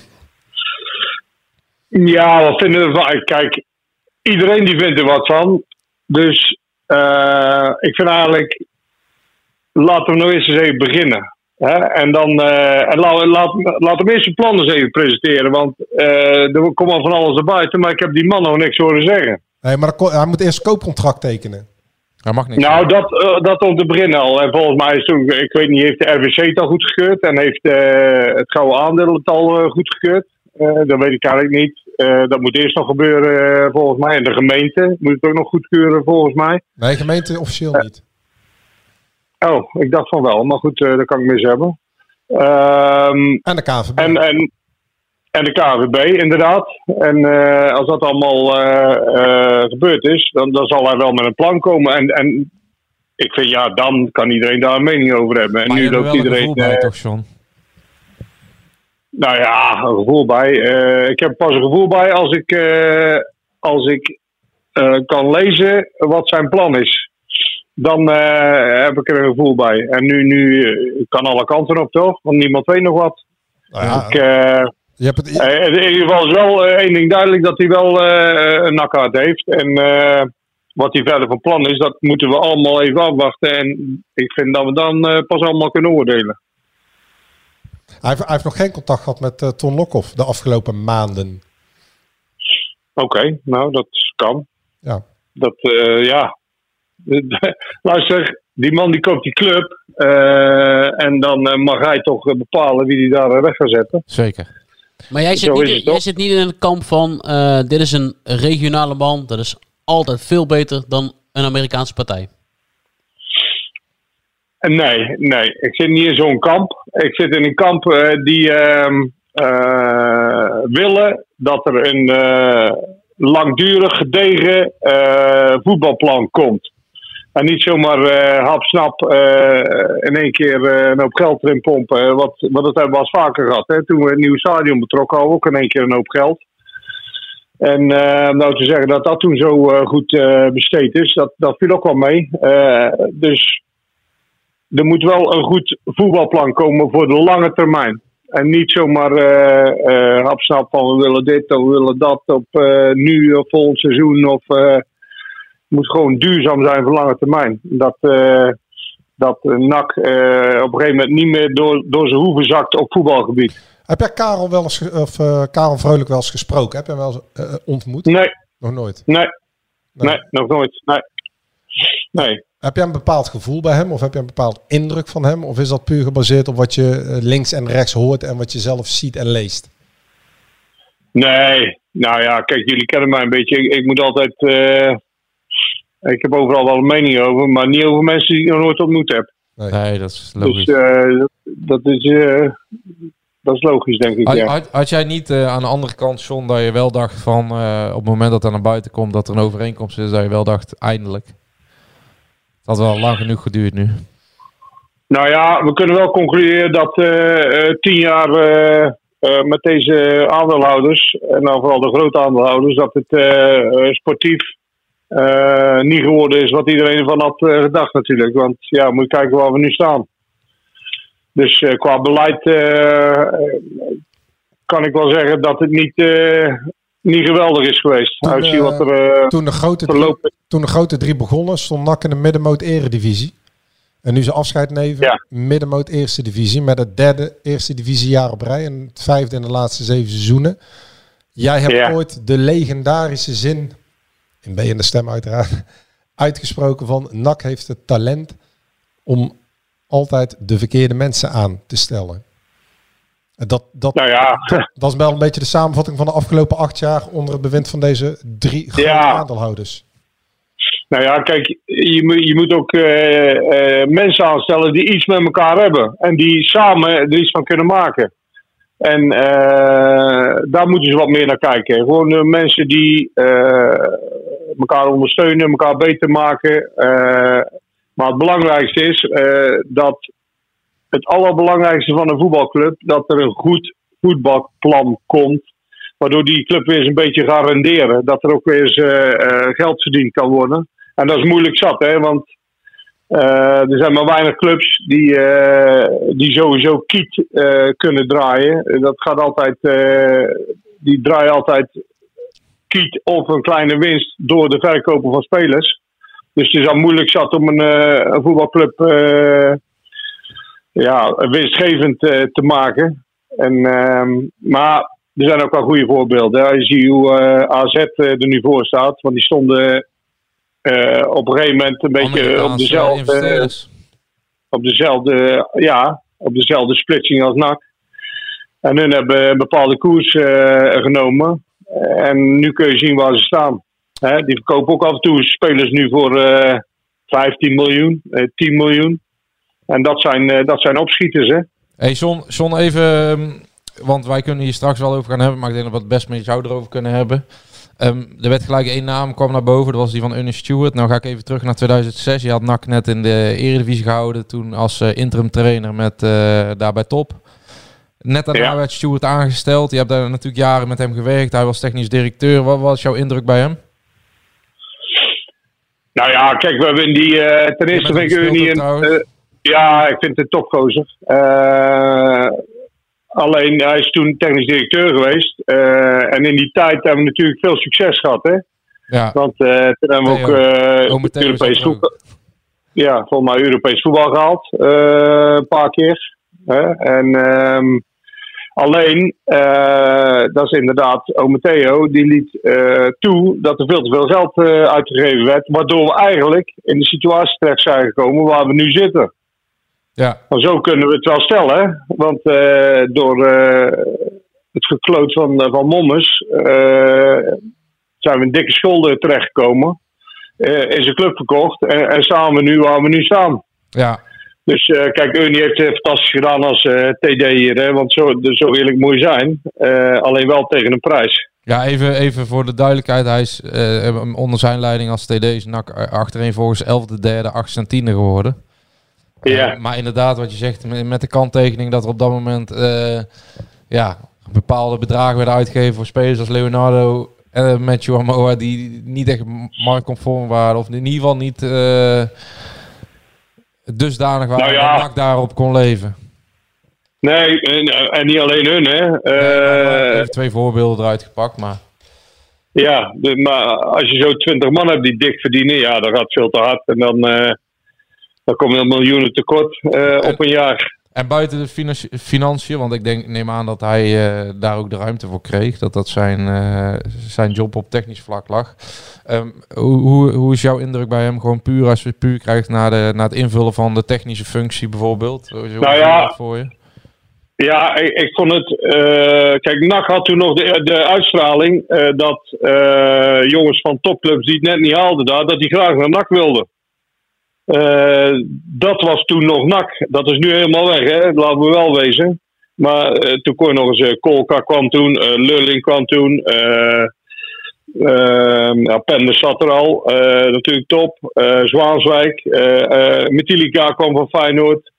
J: Ja, wat vinden we van? Kijk, iedereen die vindt er wat van. Dus ik vind eigenlijk, laten we nou eens even beginnen. Hè? En dan laat hem eerst zijn plannen eens even presenteren. Want er komt al van alles naar buiten, maar ik heb die man nog niks horen zeggen.
H: Nee, maar hij moet eerst een koopcontract tekenen.
I: Hij mag niet.
J: Nou, dat om te beginnen al. En volgens mij is het ook, ik weet niet, heeft de RVC het al goedgekeurd en heeft het gouden aandeel het al goedgekeurd? Dat weet ik eigenlijk niet. Dat moet eerst nog gebeuren volgens mij. En de gemeente moet het ook nog goedkeuren volgens mij.
H: Nee, gemeente officieel niet.
J: Oh, ik dacht van wel. Maar goed, dat kan ik mis hebben.
H: En de KNVB.
J: En de KNVB, inderdaad. En als dat allemaal gebeurd is, dan zal hij wel met een plan komen. En ik vind, ja, dan kan iedereen daar een mening over hebben. En
I: maar
J: nu loopt iedereen...
I: een gevoel bij, toch, John?
J: Nou ja, een gevoel bij. Ik heb pas een gevoel bij als ik kan lezen wat zijn plan is. Dan heb ik er een gevoel bij. En nu kan alle kanten op, toch? Want niemand weet nog wat.
H: Nou ja,
J: in ieder geval is wel één ding duidelijk, dat hij wel een nakkaart heeft. En wat hij verder van plan is, dat moeten we allemaal even afwachten. En ik vind dat we dan pas allemaal kunnen oordelen.
H: Hij heeft nog geen contact gehad met Ton Lokhoff de afgelopen maanden.
J: Oké, nou dat kan.
H: Ja.
J: Dat, ja. Luister, die man die koopt die club. En dan mag hij toch bepalen wie die daar weg gaat zetten.
I: Zeker.
G: Maar jij zit niet in het kamp van dit is een regionale man. Dat is altijd veel beter dan een Amerikaanse partij.
J: Nee. Ik zit niet in zo'n kamp. Ik zit in een kamp die willen dat er een langdurig gedegen voetbalplan komt. En niet zomaar hapsnap in één keer een hoop geld erin pompen. Wat dat hebben we al vaker gehad. Hè? Toen we een nieuw stadion betrokken hadden we ook in één keer een hoop geld. En nou te zeggen dat dat toen zo goed besteed is, dat viel ook wel mee. Dus er moet wel een goed voetbalplan komen voor de lange termijn. En niet zomaar hapsnap van we willen dit of we willen dat op nu of volgend seizoen. Of moet gewoon duurzaam zijn voor lange termijn. Dat NAC op een gegeven moment niet meer door zijn hoeven zakt op voetbalgebied.
H: Heb jij Karel Karel Vrolijk wel eens gesproken? Heb je hem wel eens ontmoet?
J: Nee.
H: Nog nooit?
J: Nee, nog nooit. Nee.
H: Heb jij een bepaald gevoel bij hem? Of heb je een bepaald indruk van hem? Of is dat puur gebaseerd op wat je links en rechts hoort en wat je zelf ziet en leest?
J: Nee. Nou ja, kijk, jullie kennen mij een beetje. Ik moet altijd... ik heb overal wel een mening over, maar niet over mensen die ik nog nooit ontmoet heb.
I: Nee, dat is logisch.
J: Dus dat is logisch, denk ik.
I: Had jij niet aan de andere kant, John, dat je wel dacht van op het moment dat er naar buiten komt dat er een overeenkomst is, dat je wel dacht, eindelijk. Het had wel lang genoeg geduurd nu.
J: Nou ja, we kunnen wel concluderen dat 10 jaar met deze aandeelhouders, en dan vooral de grote aandeelhouders, dat het sportief niet geworden is wat iedereen ervan had gedacht natuurlijk. Want ja, moet je kijken waar we nu staan.
K: Dus qua beleid kan ik wel zeggen dat het niet geweldig is geweest.
H: Toen de grote 3 begonnen, stond NAC in de middenmoot eredivisie. En nu ze afscheid nemen, middenmoot eerste divisie. Met het 3e eerste divisie jaar op rij. En het 5e in de laatste 7 seizoenen. Jij hebt ooit de legendarische zin, in Ben je de Stem uiteraard, uitgesproken van NAC heeft het talent om altijd de verkeerde mensen aan te stellen. Dat is wel een beetje de samenvatting van de afgelopen 8 jaar onder het bewind van deze 3 grote aandeelhouders.
K: Nou ja, kijk, je moet ook mensen aanstellen die iets met elkaar hebben. En die samen er iets van kunnen maken. En daar moeten ze wat meer naar kijken. Gewoon mensen die elkaar ondersteunen, elkaar beter maken. Maar het belangrijkste is dat het allerbelangrijkste van een voetbalclub, dat er een goed voetbalplan komt. Waardoor die club weer eens een beetje gaat renderen. Dat er ook weer eens geld verdiend kan worden. En dat is moeilijk zat, hè. Want er zijn maar weinig clubs die sowieso kiet kunnen draaien. Dat gaat altijd, die draaien altijd kiet of een kleine winst door de verkopen van spelers. Dus het is al moeilijk zat om een voetbalclub winstgevend te maken. Maar er zijn ook wel goede voorbeelden. Hè. Je ziet hoe AZ er nu voor staat. Want die stonden op een gegeven moment een beetje op dezelfde splitsing als NAC. En hun hebben een bepaalde koers genomen. En nu kun je zien waar ze staan. Die verkopen ook af en toe spelers nu voor 15 miljoen, 10 miljoen. En dat zijn opschieters, hè.
I: Hey John, even, want wij kunnen hier straks wel over gaan hebben, maar ik denk dat we het best met jou erover kunnen hebben. Er werd gelijk 1 naam, kwam naar boven, dat was die van Ernest Stewart. Nou ga ik even terug naar 2006. Je had NAC net in de Eredivisie gehouden, toen als interim trainer met daar bij Top. Net daarna werd Stewart aangesteld. Je hebt daar natuurlijk jaren met hem gewerkt. Hij was technisch directeur. Wat was jouw indruk bij hem?
K: Nou ja, kijk, we hebben ten eerste vind ik niet ik vind het een topgozer. Alleen, hij is toen technisch directeur geweest. En in die tijd hebben we natuurlijk veel succes gehad, hè. Ja. Want toen hebben we ook Europees voetbal. Ja, volgens mij Europees voetbal gehaald. Een paar keer. En alleen, dat is inderdaad, Ome Theo, die liet toe dat er veel te veel geld uitgegeven werd. Waardoor we eigenlijk in de situatie terecht zijn gekomen waar we nu zitten. Ja. Maar zo kunnen we het wel stellen, hè? Want door het gekloot van Mommers zijn we in dikke schulden terechtgekomen. Is een club verkocht en staan we nu waar we nu staan. Ja. Dus kijk, Ernie heeft het fantastisch gedaan als TD hier, hè? Want zo eerlijk moet je zijn. Alleen wel tegen een prijs.
I: Ja, even voor de duidelijkheid. Hij is onder zijn leiding als TD is NAC achtereenvolgens 11e, 3e, 8e en 10e geworden. Ja. Maar inderdaad, wat je zegt, met de kanttekening dat er op dat moment bepaalde bedragen werden uitgegeven voor spelers als Leonardo en Matthew Amoa die niet echt marktconform waren. Of in ieder geval niet dusdanig waren dat NAC daarop kon leven.
K: Nee, en niet alleen hun, hè.
I: Even 2 voorbeelden eruit gepakt, maar...
K: Ja, maar als je zo 20 man hebt die dik verdienen, ja, dat gaat veel te hard. En dan komen er miljoenen tekort op een jaar.
I: En buiten de financiën, want ik neem aan dat hij daar ook de ruimte voor kreeg. Dat zijn job op technisch vlak lag. Hoe is jouw indruk bij hem? Gewoon puur als je puur krijgt naar het invullen van de technische functie bijvoorbeeld.
K: Nou ja, voor je? Ja, ik vond het... kijk, NAC had toen nog de uitstraling dat jongens van topclubs die het net niet haalden daar, dat die graag naar NAC wilden. Dat was toen nog NAC. Dat is nu helemaal weg, hè? Laten we wel wezen. Maar toen kon je nog eens... Kolka kwam toen, Lurling kwam toen. Penders zat er al. Natuurlijk top. Zwaanswijk. Metilica kwam van Feyenoord.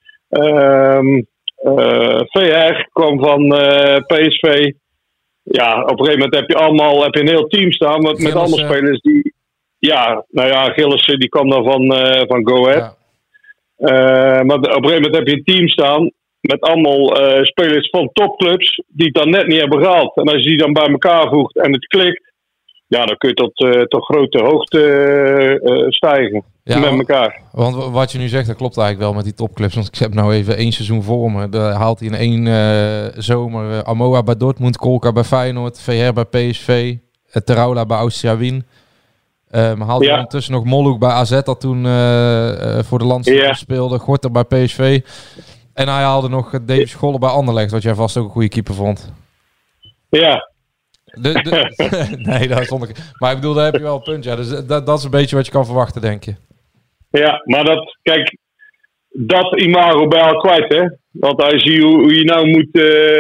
K: VR kwam van PSV. Ja, op een gegeven moment heb je een heel team staan met allemaal spelers die... Ja, nou ja, Gillissen die kwam dan van Go Ahead. Ja. Maar op een gegeven moment heb je een team staan met allemaal spelers van topclubs die het dan net niet hebben gehaald. En als je die dan bij elkaar voegt en het klikt, ja, dan kun je tot grote hoogte stijgen met elkaar.
I: Want wat je nu zegt, dat klopt eigenlijk wel met die topclubs. Want ik heb nou even 1 seizoen voor me. Daar haalt hij in 1 zomer Amoa bij Dortmund, Kolka bij Feyenoord, VR bij PSV, Teraula bij Austria Wien. Maar haalde hij ondertussen nog Molhoek bij AZ, dat toen voor de landstitel speelde. Gorter bij PSV. En hij haalde nog Davy Scholler bij Anderlecht, wat jij vast ook een goede keeper vond.
K: Ja.
I: Nee, dat vond ik. Maar ik bedoel, daar heb je wel een punt. Ja. Dus dat is een beetje wat je kan verwachten, denk je.
K: Ja, maar dat imago bij al kwijt, hè. Want als je hoe je nou moet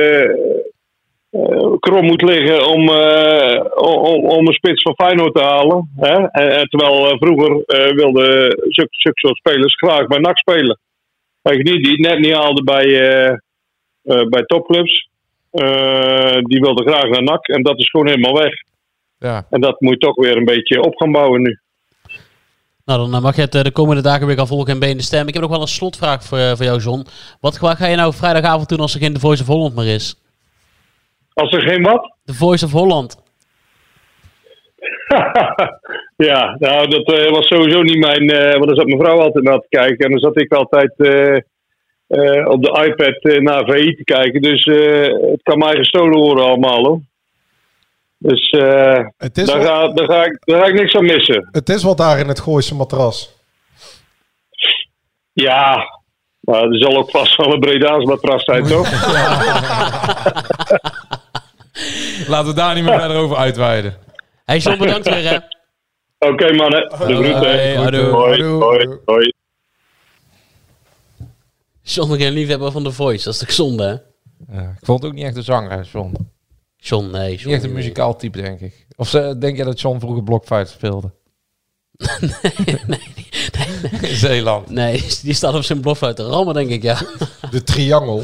K: krom moet liggen om een spits van Feyenoord te halen. Hè? Terwijl vroeger wilden zulke soort spelers graag bij NAC spelen. Als je die het net niet haalde bij topclubs. Die wilden graag naar NAC en dat is gewoon helemaal weg.
I: Ja. En
K: dat moet je toch weer een beetje op gaan bouwen nu.
G: Nou, dan mag je het de komende dagen weer gaan volgen in BN Stem. Ik heb nog wel een slotvraag voor jou, John. Wat ga je nou vrijdagavond doen als er geen The Voice of Holland meer is?
K: Als er geen wat?
G: The Voice of Holland.
K: Ja, nou dat was sowieso niet mijn... want dan zat mijn vrouw altijd naar te kijken. En dan zat ik altijd op de iPad naar VI te kijken. Dus het kan mij gestolen worden allemaal, hoor. Dus daar ga ik niks aan missen.
H: Het is wat daar in het Gooise matras.
K: Ja, maar er zal ook vast wel een Bredaans matras zijn, toch?
I: Laten we daar niet meer verder over uitweiden.
G: Hey John, bedankt weer, hè.
K: Oké, mannen. De groeten. Hoi.
G: John, geen liefhebber van The Voice. Dat is toch zonde, hè?
I: Ja, ik vond het ook niet echt een zanger, John.
G: John, nee.
I: Niet echt een muzikaal type, denk ik. Of denk jij dat John vroeger Blockfight speelde?
G: Nee.
I: In Zeeland.
G: Nee, die staat op zijn blok uit de rammen, denk ik, ja.
H: De triangel.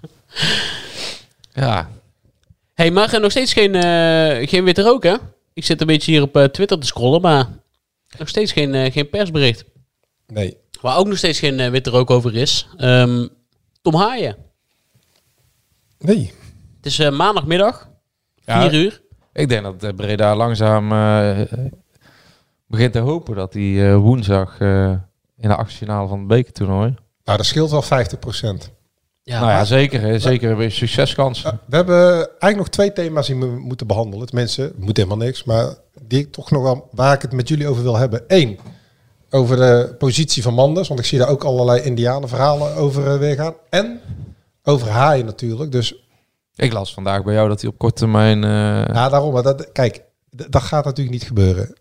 I: Ja.
G: Hey, maar nog steeds geen witte rook, hè? Ik zit een beetje hier op Twitter te scrollen, maar nog steeds geen persbericht.
H: Nee.
G: Waar ook nog steeds geen witte rook over is. Tom Haaien.
H: Nee.
G: Het is maandagmiddag, 4 uur.
I: Ik denk dat Breda langzaam begint te hopen dat hij woensdag in de achtfinale van het bekertoernooi.
H: Nou, dat scheelt wel 50%.
I: Ja, nou ja, zeker. Hè. Zeker weer succeskansen.
H: We hebben eigenlijk nog 2 thema's die we moeten behandelen. Tenminste, moet helemaal niks. Maar die ik toch nog wel, waar ik het met jullie over wil hebben. 1, over de positie van Manders. Want ik zie daar ook allerlei Indianenverhalen over weer gaan. En over Haaien natuurlijk. Dus
I: ik las vandaag bij jou dat hij op korte termijn...
H: Ja, daarom. Maar dat gaat natuurlijk niet gebeuren.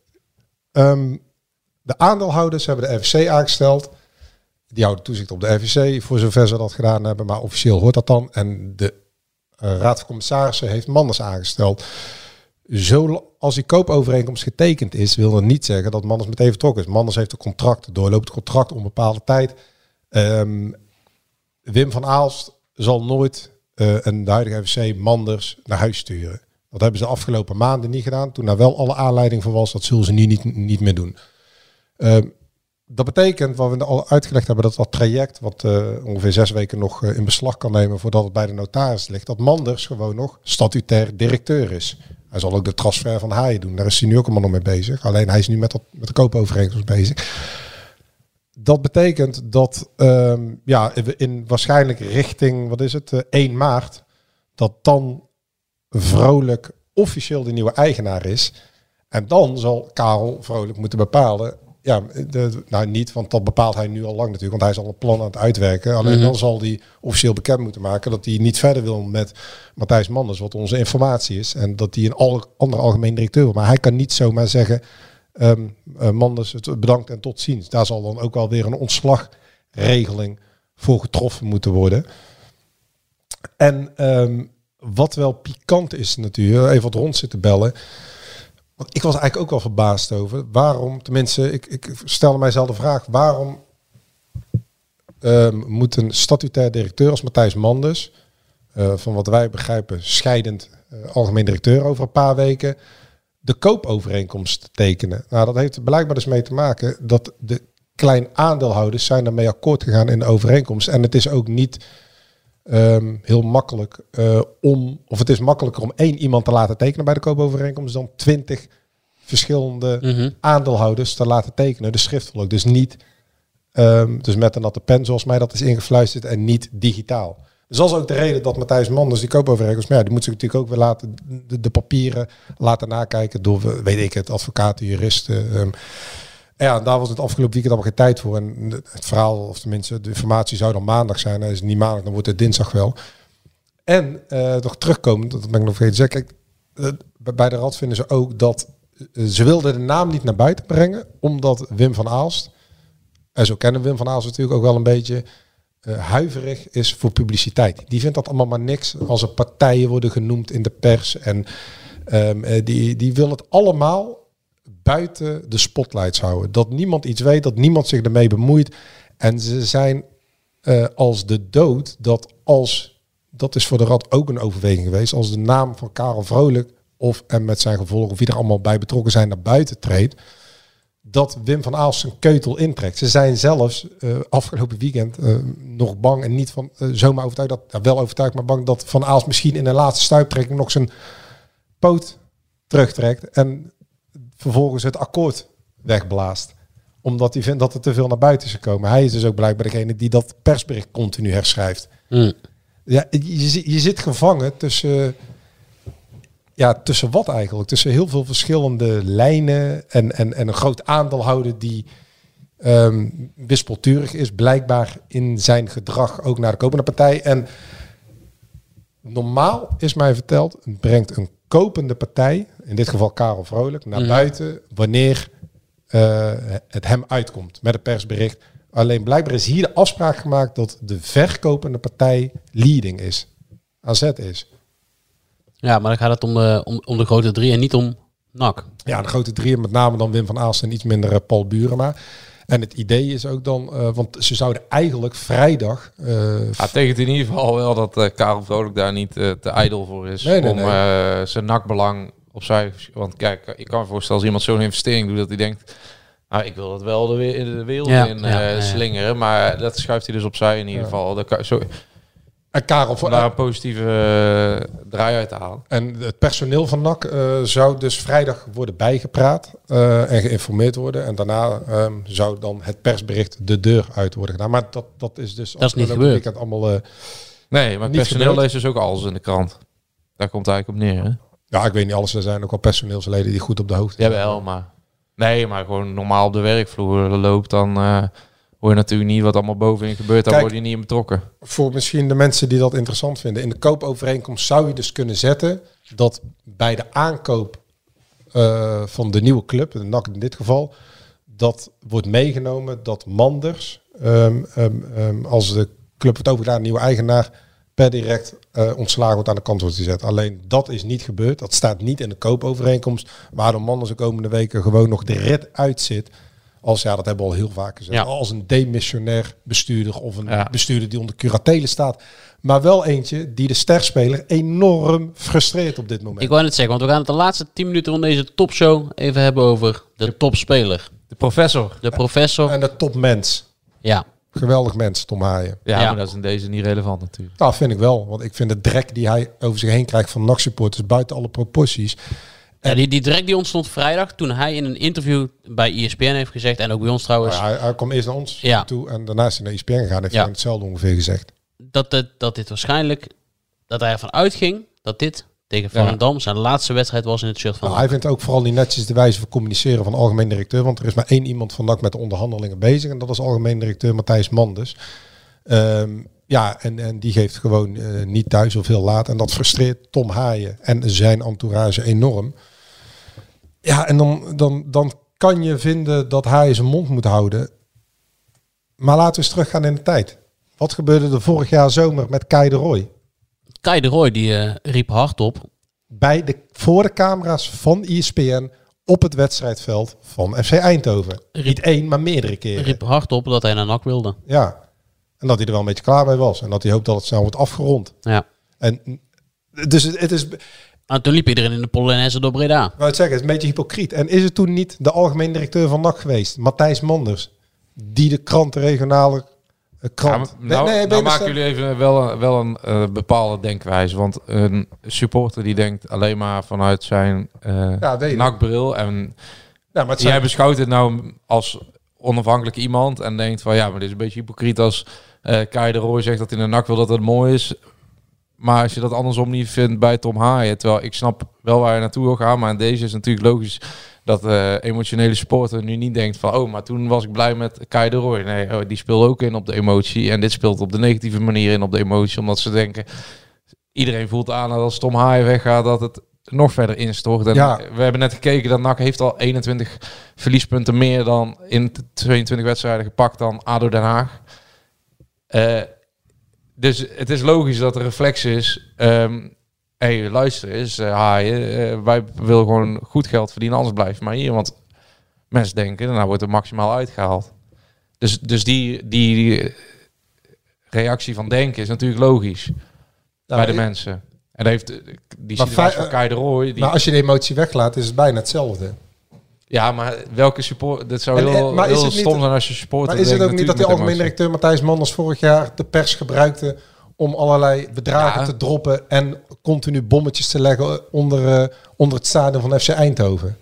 H: De aandeelhouders hebben de RVC aangesteld. Die houden toezicht op de RVC, voor zover ze dat gedaan hebben. Maar officieel hoort dat dan. En de Raad van Commissarissen heeft Manders aangesteld. Als die koopovereenkomst getekend is, wil dat niet zeggen dat Manders meteen vertrokken is. Manders heeft een contract, doorloopt het contract om bepaalde tijd. Wim van Aalst zal nooit de huidige RVC Manders naar huis sturen. Dat hebben ze de afgelopen maanden niet gedaan. Toen daar wel alle aanleiding voor was, dat zullen ze nu niet meer doen. Dat betekent, wat we al uitgelegd hebben, dat traject, wat ongeveer 6 weken nog in beslag kan nemen voordat het bij de notaris ligt, dat Manders gewoon nog statutair directeur is. Hij zal ook de transfer van Haaien doen. Daar is hij nu ook allemaal nog mee bezig. Alleen hij is nu met de koopovereenkomst bezig. Dat betekent dat in waarschijnlijk richting, 1 maart, dat dan Vrolijk officieel de nieuwe eigenaar is. En dan zal Karel Vrolijk moeten bepalen. Ja, niet, want dat bepaalt hij nu al lang natuurlijk. Want hij is al een plan aan het uitwerken. Alleen dan zal hij officieel bekend moeten maken dat hij niet verder wil met Matthijs Manders, wat onze informatie is. En dat hij een andere algemeen directeur wil. Maar hij kan niet zomaar zeggen, Manders, bedankt en tot ziens. Daar zal dan ook wel weer een ontslagregeling voor getroffen moeten worden. En wat wel pikant is natuurlijk, even wat rond zitten bellen. Want ik was eigenlijk ook wel verbaasd over waarom, tenminste, ik stelde mijzelf de vraag, waarom moet een statutair directeur als Matthijs Manders, van wat wij begrijpen, scheidend algemeen directeur over een paar weken, de koopovereenkomst tekenen? Nou, dat heeft blijkbaar dus mee te maken dat de klein aandeelhouders zijn daarmee akkoord gegaan in de overeenkomst. En het is ook niet heel makkelijk het is makkelijker om 1 iemand te laten tekenen bij de koopovereenkomst dan 20 verschillende aandeelhouders te laten tekenen. Dus schriftelijk. Dus niet dus met een natte pen zoals mij dat is ingefluisterd en niet digitaal. Dus dat is ook de reden dat Matthijs Manders die koopovereenkomst, maar die moet zich natuurlijk ook weer laten de papieren laten nakijken door, weet ik het, advocaten, juristen. Ja, daar was het afgelopen weekend allemaal geen tijd voor. En het verhaal, of tenminste de informatie zou dan maandag zijn. Dan is het niet maandag, dan wordt het dinsdag wel. En nog terugkomend, dat ben ik nog vergeten te zeggen. Kijk, bij de Rad vinden ze ook dat ze wilden de naam niet naar buiten brengen, omdat Wim van Aalst, en zo kennen Wim van Aalst natuurlijk ook wel een beetje, huiverig is voor publiciteit. Die vindt dat allemaal maar niks als er partijen worden genoemd in de pers. En die wil het allemaal buiten de spotlights houden. Dat niemand iets weet, dat niemand zich ermee bemoeit. En ze zijn als de dood, dat is voor de Rad ook een overweging geweest, als de naam van Karel Vrolijk en met zijn gevolgen, of wie er allemaal bij betrokken zijn, naar buiten treedt, dat Wim van Aalst zijn keutel intrekt. Ze zijn zelfs afgelopen weekend nog bang en niet van zomaar overtuigd, wel overtuigd, maar bang dat Van Aalst misschien in de laatste stuiptrekking nog zijn poot terugtrekt en vervolgens het akkoord wegblaast. Omdat hij vindt dat er te veel naar buiten is gekomen. Hij is dus ook blijkbaar degene die dat persbericht continu herschrijft. Ja, je zit gevangen tussen wat eigenlijk? Tussen heel veel verschillende lijnen en een groot aandeelhouder die wispelturig is, blijkbaar in zijn gedrag ook naar de kopende partij. En normaal is mij verteld, brengt een kopende partij, in dit geval Karel Vrolijk, naar buiten wanneer het hem uitkomt met een persbericht. Alleen blijkbaar is hier de afspraak gemaakt dat de verkopende partij leading is. AZ is.
G: Ja, maar dan gaat het om de grote 3 en niet om NAC.
H: Ja, de grote 3, met name dan Wim van Aalst en iets minder Paul Burema. En het idee is ook dan, want ze zouden eigenlijk vrijdag...
I: Tegen in ieder geval wel dat Karel Vrolijk daar niet te ijdel voor is. Nee. Zijn NAC-belang opzij. Want kijk, ik kan me voorstellen als iemand zo'n investering doet dat hij denkt, nou, ik wil dat wel de wereld slingeren. Maar dat schuift hij dus opzij in ieder geval.
H: En Karel
I: om daar een positieve draai uit te halen.
H: En het personeel van NAC zou dus vrijdag worden bijgepraat en geïnformeerd worden. En daarna zou dan het persbericht de deur uit worden gedaan. Maar dat is dus...
G: Dat is niet gebeurd.
H: Allemaal,
I: nee, maar het personeel leest dus ook alles in de krant. Daar komt het eigenlijk op neer, hè?
H: Ja, ik weet niet alles. Er zijn ook wel personeelsleden die goed op de hoogte
I: zijn. Jawel, maar... Nee, maar gewoon normaal op de werkvloer loopt, dan hoor je natuurlijk niet wat allemaal bovenin gebeurt. Dan word je niet in betrokken. Voor
H: misschien de mensen die dat interessant vinden. In de koopovereenkomst zou je dus kunnen zetten dat bij de aankoop van de nieuwe club, de NAC in dit geval, dat wordt meegenomen dat Manders, als de club wordt overgedaan aan een nieuwe eigenaar, per direct ontslagen wordt aan de kant wordt gezet. Alleen dat is niet gebeurd. Dat staat niet in de koopovereenkomst. Waardoor Manders de komende weken gewoon nog de red uitzit. Als, ja, dat hebben we al heel vaak gezegd. Ja. Als een demissionair bestuurder of een bestuurder die onder curatele staat. Maar wel eentje die de sterspeler enorm frustreert op dit moment.
G: Ik wou net zeggen, want we gaan het de laatste 10 minuten van deze topshow even hebben over de topspeler.
I: De professor.
G: De professor.
H: En de topmens.
G: Ja.
H: Geweldig mens, Tom Haaien.
I: Ja, maar dat is in deze niet relevant natuurlijk.
H: Nou, vind ik wel. Want ik vind de drek die hij over zich heen krijgt van NAC-supporters buiten alle proporties.
G: Ja, die drek die ontstond vrijdag toen hij in een interview bij ESPN heeft gezegd, en ook bij ons trouwens.
H: Ja, hij kwam eerst naar ons toe en daarna is hij naar ESPN gegaan. Heeft hij hetzelfde ongeveer gezegd.
G: Dat dit waarschijnlijk, dat hij ervan uitging dat dit tegen Volendam zijn laatste wedstrijd was in het shirt van NAC.
H: Hij vindt ook vooral niet netjes de wijze van communiceren van de algemeen directeur. Want er is maar 1 iemand van NAC met de onderhandelingen bezig. En dat is algemeen directeur Matthijs Manders. Ja, en die geeft gewoon niet thuis of heel laat. En dat frustreert Tom Haaien en zijn entourage enorm. Ja, en dan kan je vinden dat Haaien zijn mond moet houden. Maar laten we eens teruggaan in de tijd. Wat gebeurde er vorig jaar zomer met Kai de Roy?
G: Kai de Roy die riep hardop.
H: Voor de camera's van ESPN op het wedstrijdveld van FC Eindhoven. Niet 1, maar meerdere keren.
G: Riep hardop dat hij naar NAC wilde.
H: Ja, en dat hij er wel een beetje klaar bij was. En dat hij hoopt dat het snel wordt afgerond.
G: Ja.
H: En dus het is...
G: En toen liep iedereen in de Polonaise door Breda.
H: Ik wou het zeggen, het is een beetje hypocriet. En is het toen niet de algemeen directeur van NAC geweest, Matthijs Manders, die de kranten regionale krant.
I: Nou maken jullie even wel een bepaalde denkwijze. Want een supporter die denkt alleen maar vanuit zijn nakbril. En jij beschouwt het nou als onafhankelijk iemand en denkt van maar dit is een beetje hypocriet als Kai de Roy zegt dat hij een NAC wil dat het mooi is. Maar als je dat andersom niet vindt bij Tom Haaien, terwijl ik snap wel waar je naartoe wil gaan, maar in deze is natuurlijk logisch dat emotionele supporter nu niet denkt van maar toen was ik blij met Kai de Roy. Nee, die speelt ook in op de emotie en dit speelt op de negatieve manier in op de emotie, omdat ze denken, iedereen voelt aan dat als Tom Haaien weggaat dat het nog verder instort. En we hebben net gekeken dat NAC heeft al 21 verliespunten meer dan in 22 wedstrijden gepakt dan ADO Den Haag. Dus het is logisch dat de reflex is, luister eens, Haaien, wij willen gewoon goed geld verdienen, anders blijf maar hier. Want mensen denken, nou wordt er maximaal uitgehaald. Dus die reactie van denken is natuurlijk logisch bij de mensen. En heeft die situatie van Kai de Roy...
H: Maar als je de emotie weglaat, is het bijna hetzelfde.
I: Ja, maar welke support... Dat zou heel stom zijn als je supporter...
H: Maar is het ook niet dat de algemeen directeur Matthijs Manders vorig jaar de pers gebruikte om allerlei bedragen te droppen en continu bommetjes te leggen onder het stadion van FC Eindhoven?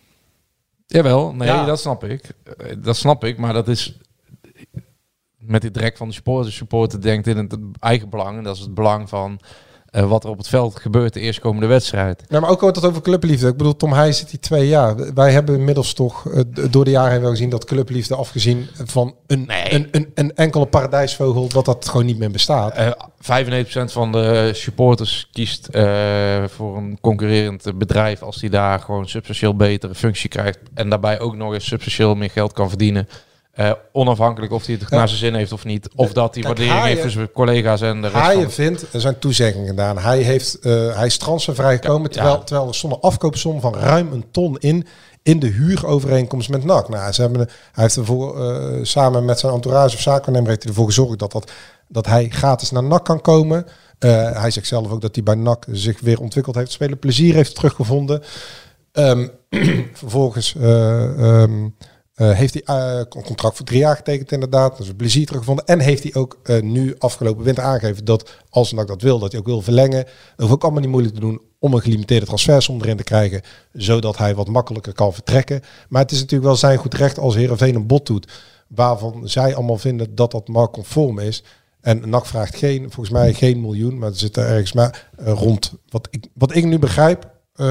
I: Jawel, dat snap ik. Dat snap ik, maar dat is... Met die drek van de supporter. De supporter denkt in het eigen belang. En dat is het belang van... wat er op het veld gebeurt de eerstkomende wedstrijd.
H: Ja, maar ook wat het over clubliefde. Ik bedoel, Tom Haaien zit hier 2 jaar. Wij hebben inmiddels toch door de jaren heen wel gezien dat clubliefde, afgezien van een enkele paradijsvogel, dat gewoon niet meer bestaat.
I: 95% van de supporters kiest voor een concurrerend bedrijf als die daar gewoon substantieel betere functie krijgt en daarbij ook nog eens substantieel meer geld kan verdienen. Onafhankelijk of hij het naar zijn zin heeft of niet. Of dat hij waardering heeft voor zijn collega's en de rest
H: Haaien vindt, er zijn toezeggingen gedaan. Hij is transfervrij gekomen, terwijl er stond een afkoopsom van ruim 1 ton in de huurovereenkomst met NAC. Nou, hij heeft ervoor samen met zijn entourage of zaakwaarnemer heeft hij ervoor gezorgd dat hij gratis naar NAC kan komen. Hij zegt zelf ook dat hij bij NAC zich weer ontwikkeld heeft. Spelen plezier heeft teruggevonden. Vervolgens... heeft hij een contract voor 3 jaar getekend inderdaad. Dat is plezier teruggevonden. En heeft hij ook nu afgelopen winter aangegeven dat als NAC dat wil, dat hij ook wil verlengen. Dat hoeft ook allemaal niet moeilijk te doen om een gelimiteerde transfersom erin te krijgen, zodat hij wat makkelijker kan vertrekken. Maar het is natuurlijk wel zijn goed recht als Heerenveen een bod doet, waarvan zij allemaal vinden dat dat marktconform is. En NAC vraagt volgens mij geen miljoen, maar er zit er ergens maar rond, wat ik nu begrijp,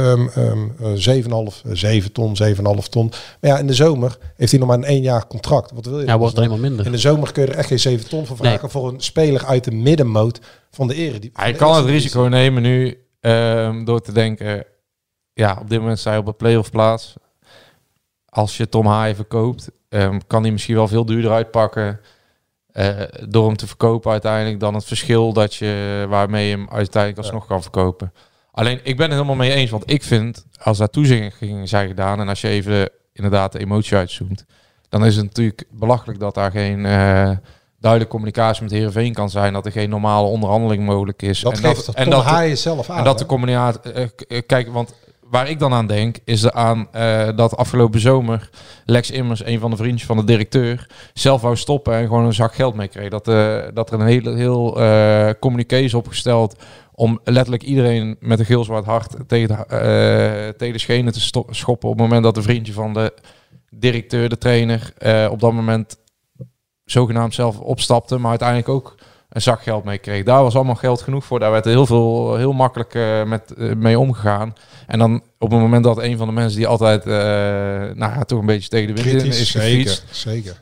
H: 7,5 ton. Maar ja, in de zomer heeft hij nog maar een 1 jaar contract. Wat wil je?
G: Ja, wordt het helemaal minder.
H: In de zomer kun je er echt geen 7 ton voor vragen voor een speler uit de middenmoot van de Eredivisie.
I: Hij kan het risico nemen nu door te denken, op dit moment sta je op de play-off plaats. Als je Tom Haaien verkoopt, kan hij misschien wel veel duurder uitpakken door hem te verkopen uiteindelijk dan het verschil waarmee je hem uiteindelijk alsnog kan verkopen. Alleen, ik ben het helemaal mee eens, want ik vind, als daar toezeggingen zijn gedaan en als je even inderdaad de emotie uitzoomt, dan is het natuurlijk belachelijk dat daar geen duidelijke communicatie met Heerenveen kan zijn, dat er geen normale onderhandeling mogelijk is.
H: Dat geeft Tom Haaien zelf aan.
I: En dat de communicatie... kijk, want waar ik dan aan denk, is dat afgelopen zomer Lex Immers, een van de vriendjes van de directeur, zelf wou stoppen en gewoon een zak geld mee kreeg. Dat er een heel communiqué is opgesteld om letterlijk iedereen met een geel zwart hart tegen de schenen te schoppen op het moment dat de vriendje van de directeur, de trainer, op dat moment zogenaamd zelf opstapte, maar uiteindelijk ook een zak geld mee kreeg. Daar was allemaal geld genoeg voor. Daar werd er heel makkelijk mee omgegaan. En dan op het moment dat een van de mensen die altijd toch een beetje tegen de wind is gefietst.
H: Zeker.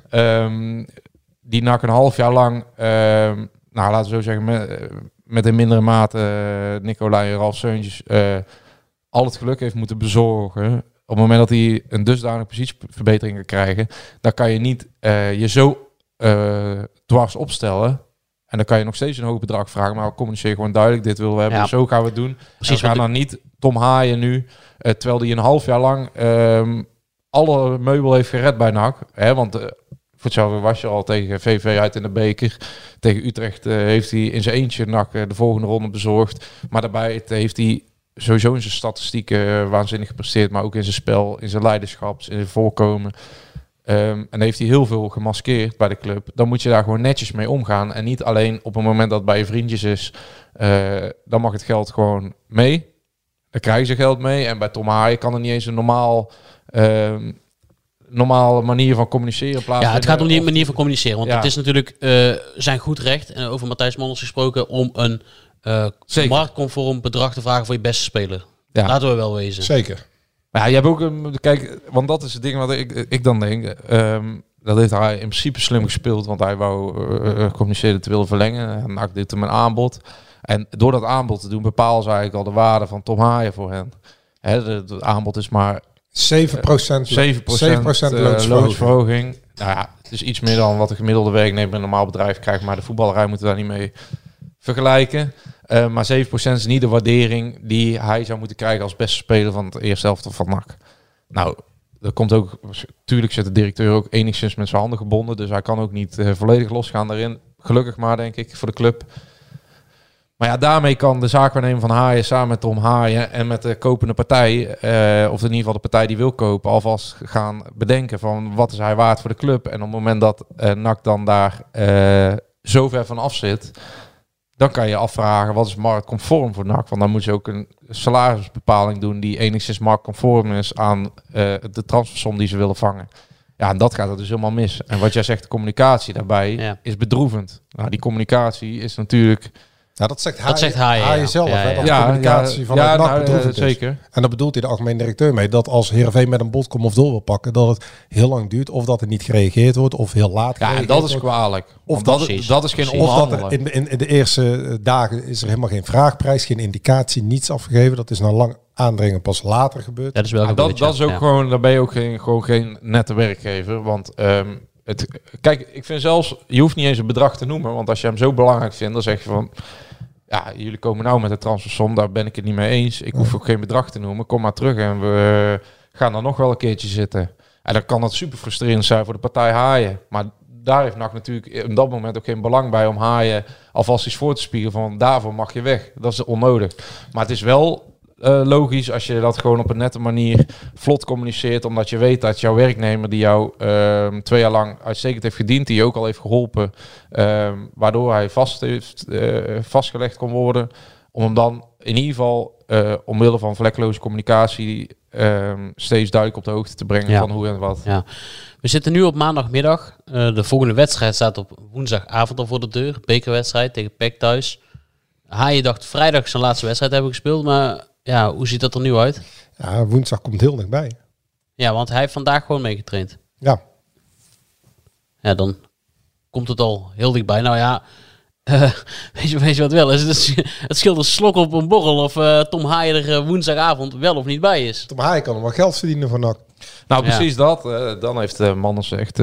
I: Die NAC een half jaar lang, laten we zo zeggen, met in mindere mate Nicolai en Ralf Seuntjes al het geluk heeft moeten bezorgen. Op het moment dat hij een dusdanige positieverbetering kan krijgen, dan kan je niet je zo dwars opstellen. En dan kan je nog steeds een hoog bedrag vragen, maar we communiceren gewoon duidelijk, dit willen we hebben, zo gaan we het doen. Precies, we gaan dan niet Tom Haaien nu, terwijl hij een half jaar lang alle meubel heeft gered bij NAC. Want voor hetzelfde was je al tegen VV uit in de beker. Tegen Utrecht heeft hij in zijn eentje NAC de volgende ronde bezorgd. Maar daarbij heeft hij sowieso in zijn statistieken waanzinnig gepresteerd, maar ook in zijn spel, in zijn leiderschap, in zijn voorkomen. en heeft hij heel veel gemaskeerd bij de club, dan moet je daar gewoon netjes mee omgaan. En niet alleen op het moment dat het bij je vriendjes is, dan mag het geld gewoon mee. Dan krijgen ze geld mee. En bij Tom Haaien kan er niet eens een normale manier van communiceren plaatsvinden.
G: Ja, het gaat om die manier van communiceren. Want het is natuurlijk zijn goed recht, en over Matthijs Manders gesproken, om een marktconform bedrag te vragen voor je beste speler. Ja. Laten we wel wezen.
H: Zeker.
I: Maar je hebt ook kijk, want dat is het ding wat ik dan denk. Dat heeft hij in principe slim gespeeld, want hij wou communiceren te willen verlengen. En NAC deed hem een aanbod. En door dat aanbod te doen bepalen ze eigenlijk al de waarde van Tom Haaien voor hen. Het aanbod is maar 7% loonsverhoging. Nou ja, het is iets meer dan wat een gemiddelde werknemer in een normaal bedrijf krijgt, maar de voetballerij moeten we daar niet mee vergelijken. Maar 7% is niet de waardering die hij zou moeten krijgen als beste speler van het eerste helft van NAC. Nou, dat komt ook, natuurlijk zit de directeur ook enigszins met zijn handen gebonden, dus hij kan ook niet volledig losgaan daarin. Gelukkig maar, denk ik, voor de club. Maar ja, daarmee kan de zaakwaarnemer van Haaien samen met Tom Haaien en met de kopende partij, of in ieder geval de partij die wil kopen, alvast gaan bedenken van wat is hij waard voor de club. En op het moment dat NAC dan daar zo ver van af zit, dan kan je afvragen wat is marktconform voor NAC. Want dan moet je ook een salarisbepaling doen die enigszins marktconform is aan de transfersom die ze willen vangen. Ja, en dat gaat er dus helemaal mis. En wat jij zegt, de communicatie daarbij is bedroevend. Nou, die communicatie is natuurlijk...
H: Ja, dat zegt Haaien zelf.
I: Ja,
H: hè, dat de communicatie van het NAC bedroevend is.
I: Zeker.
H: En daar bedoelt hij de algemeen directeur mee. Dat als Heerenveen met een bod komt of door wil pakken, dat het heel lang duurt. Of dat er niet gereageerd wordt. Of heel laat gereageerd wordt.
I: Ja, dat is kwalijk. Of dat is geen onderhandelen.
H: Of dat er in de eerste dagen is er helemaal geen vraagprijs, geen indicatie, niets afgegeven. Dat is nou lang aandringen pas later gebeurd.
G: Dat is wel
I: dat is ook gewoon, daar ben je ook gewoon geen nette werkgever. Want kijk, ik vind zelfs, je hoeft niet eens een bedrag te noemen. Want als je hem zo belangrijk vindt, dan zeg je van... Ja, jullie komen nou met de transfersom, daar ben ik het niet mee eens. Ik hoef ook geen bedrag te noemen. Kom maar terug en we gaan dan nog wel een keertje zitten. En dan kan dat super frustrerend zijn voor de partij Haaien. Maar daar heeft NAC natuurlijk op dat moment ook geen belang bij om Haaien alvast iets voor te spiegelen van daarvoor mag je weg. Dat is onnodig. Maar het is wel logisch als je dat gewoon op een nette manier vlot communiceert, omdat je weet dat jouw werknemer die jou 2 jaar lang uitstekend heeft gediend, die je ook al heeft geholpen, waardoor hij vastgelegd kon worden, om hem dan in ieder geval omwille van vlekkeloze communicatie steeds duidelijk op de hoogte te brengen van hoe en wat.
G: Ja. We zitten nu op maandagmiddag. De volgende wedstrijd staat op woensdagavond al voor de deur. Bekerwedstrijd tegen PEC thuis. Haaien dacht vrijdag zijn laatste wedstrijd hebben gespeeld, maar ja, hoe ziet dat er nu uit?
H: Ja, woensdag komt heel dichtbij.
G: Ja, want hij heeft vandaag gewoon meegetraind.
H: Ja.
G: Ja, dan komt het al heel dichtbij. Nou ja, weet je wat wel is? Het scheelt een slok op een borrel of Tom Haaien er woensdagavond wel of niet bij is.
H: Tom Haaien kan nog wel geld verdienen voor NAC.
I: Nou, precies dat. Dan heeft Manders echt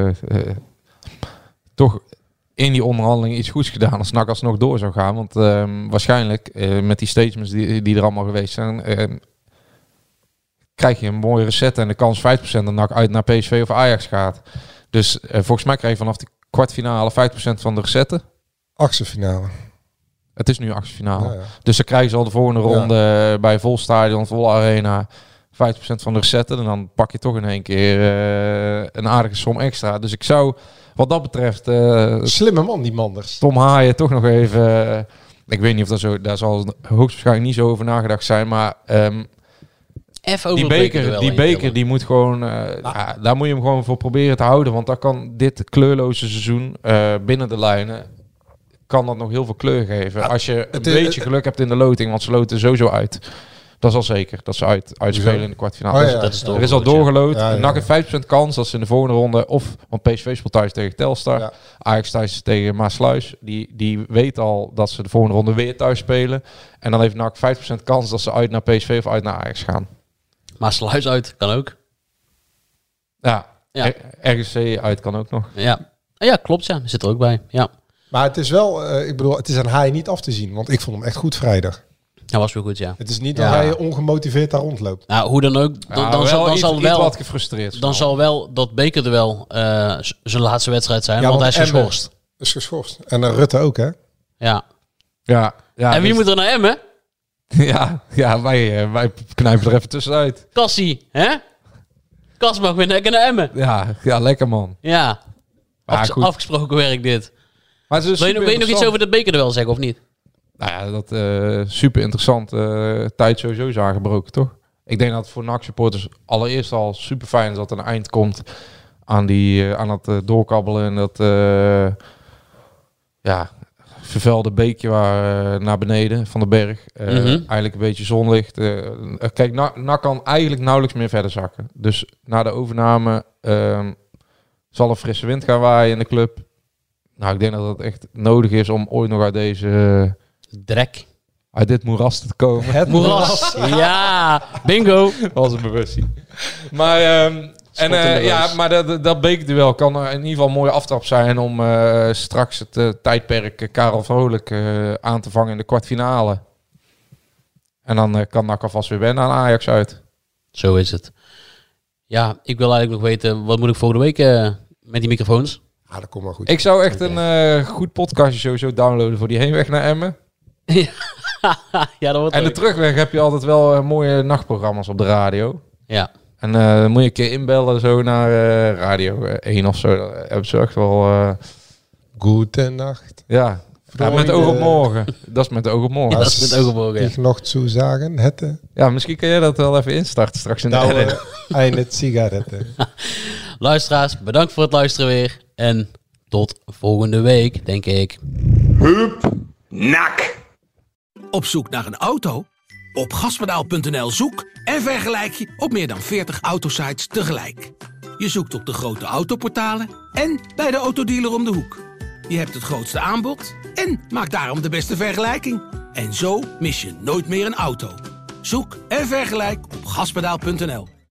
I: toch in die onderhandeling iets goeds gedaan als NAC alsnog door zou gaan. Want waarschijnlijk met die statements die er allemaal geweest zijn, krijg je een mooie reset en de kans 5% dat NAC uit naar PSV of Ajax gaat. Dus volgens mij krijg je vanaf de kwartfinale 5% van de recetten.
H: Achtste finale.
I: Het is nu achtste finale. Ja. Dus dan krijgen ze al de volgende ronde bij vol stadion, volle arena 5% van de recetten. En dan pak je toch in één keer een aardige som extra. Dus ik zou wat dat betreft...
H: slimme man, die Manders.
I: Tom Haaien toch nog even... ik weet niet of dat zo... Daar zal hoogstwaarschijnlijk niet zo over nagedacht zijn. Maar die beker die moet gewoon... daar moet je hem gewoon voor proberen te houden. Want dan kan dit kleurloze seizoen binnen de lijnen... kan dat nog heel veel kleur geven. Als je een beetje geluk hebt in de loting. Want ze loten sowieso uit. Dat is al zeker. Dat ze uitspelen in de kwartfinale.
H: Oh, ja.
I: Dat is er is al doorgeloot. NAC heeft 5% kans dat ze in de volgende ronde... want PSV speelt thuis tegen Telstar. Ja. Ajax thuis tegen Maasluis. Die weet al dat ze de volgende ronde weer thuis spelen. En dan heeft NAC 5% kans dat ze uit naar PSV of uit naar Ajax gaan.
G: Maasluis uit kan ook.
I: Ja. RGC uit kan ook nog.
G: Ja, klopt. Ja, zit er ook bij. Ja.
H: Maar het is wel... ik bedoel, het is aan Haaien niet af te zien. Want ik vond hem echt goed vrijdag.
G: Dat was weer goed, ja.
H: Het is niet dat hij ongemotiveerd daar rondloopt.
G: Nou, hoe dan ook. Dan zal wel
I: wat gefrustreerd.
G: Dan zal wel dat bekerduel zijn laatste wedstrijd zijn, want hij is geschorst.
H: Is geschorst. En Rutte ook, hè?
G: Ja.
I: En
G: wie moet er naar Emmen?
I: Ja, wij knijpen er even tussenuit.
G: Cassie, hè? Kas mag weer lekker naar Emmen.
I: Ja, lekker man.
G: Ja, afgesproken werk dit.
I: Maar het is
G: wil je nog iets over de bekerduel zeggen, of niet?
I: Nou ja, dat super interessant tijd sowieso is aangebroken, toch? Ik denk dat het voor NAC-supporters allereerst al super fijn is dat er een eind komt aan het doorkabbelen en dat vervuilde beekje naar beneden van de berg. Eigenlijk een beetje zonlicht. Kijk, NAC kan eigenlijk nauwelijks meer verder zakken. Dus na de overname zal er frisse wind gaan waaien in de club. Nou, ik denk dat het echt nodig is om ooit nog uit deze...
G: drek.
I: Uit dit moeras te komen.
G: Het moeras. Ja, bingo.
I: Dat was een bewustzijn. Maar... dat bekerduel kan in ieder geval een mooie aftrap zijn om straks het tijdperk Karel Vrolijk aan te vangen in de kwartfinale. En dan kan NAC alvast weer wennen aan Ajax uit.
G: Zo is het. Ja, ik wil eigenlijk nog weten, wat moet ik volgende week met die microfoons?
H: Ah, dat komt wel goed.
I: Ik zou echt een goed podcastje sowieso downloaden voor die heenweg naar Emmen.
G: Ja, dat wordt
I: en de terugweg heb je altijd wel mooie nachtprogramma's op de radio.
G: Ja.
I: En dan moet je een keer inbellen zo naar Radio 1 of zo. Dat hebben ze echt wel...
H: Goedenacht.
I: Ja, met oog op morgen. Dat is met oog op morgen.
G: Ja, dat is met oog op morgen.
H: Ik nog zuzagen hätte.
I: Ja, misschien kan jij dat wel even instarten straks in de edit.
H: Eine sigaretten.
G: Luisteraars, bedankt voor het luisteren weer. En tot volgende week, denk ik.
L: Hup, NAC. Op zoek naar een auto? Op gaspedaal.nl zoek en vergelijk je op meer dan 40 autosites tegelijk. Je zoekt op de grote autoportalen en bij de autodealer om de hoek. Je hebt het grootste aanbod en maakt daarom de beste vergelijking. En zo mis je nooit meer een auto. Zoek en vergelijk op gaspedaal.nl.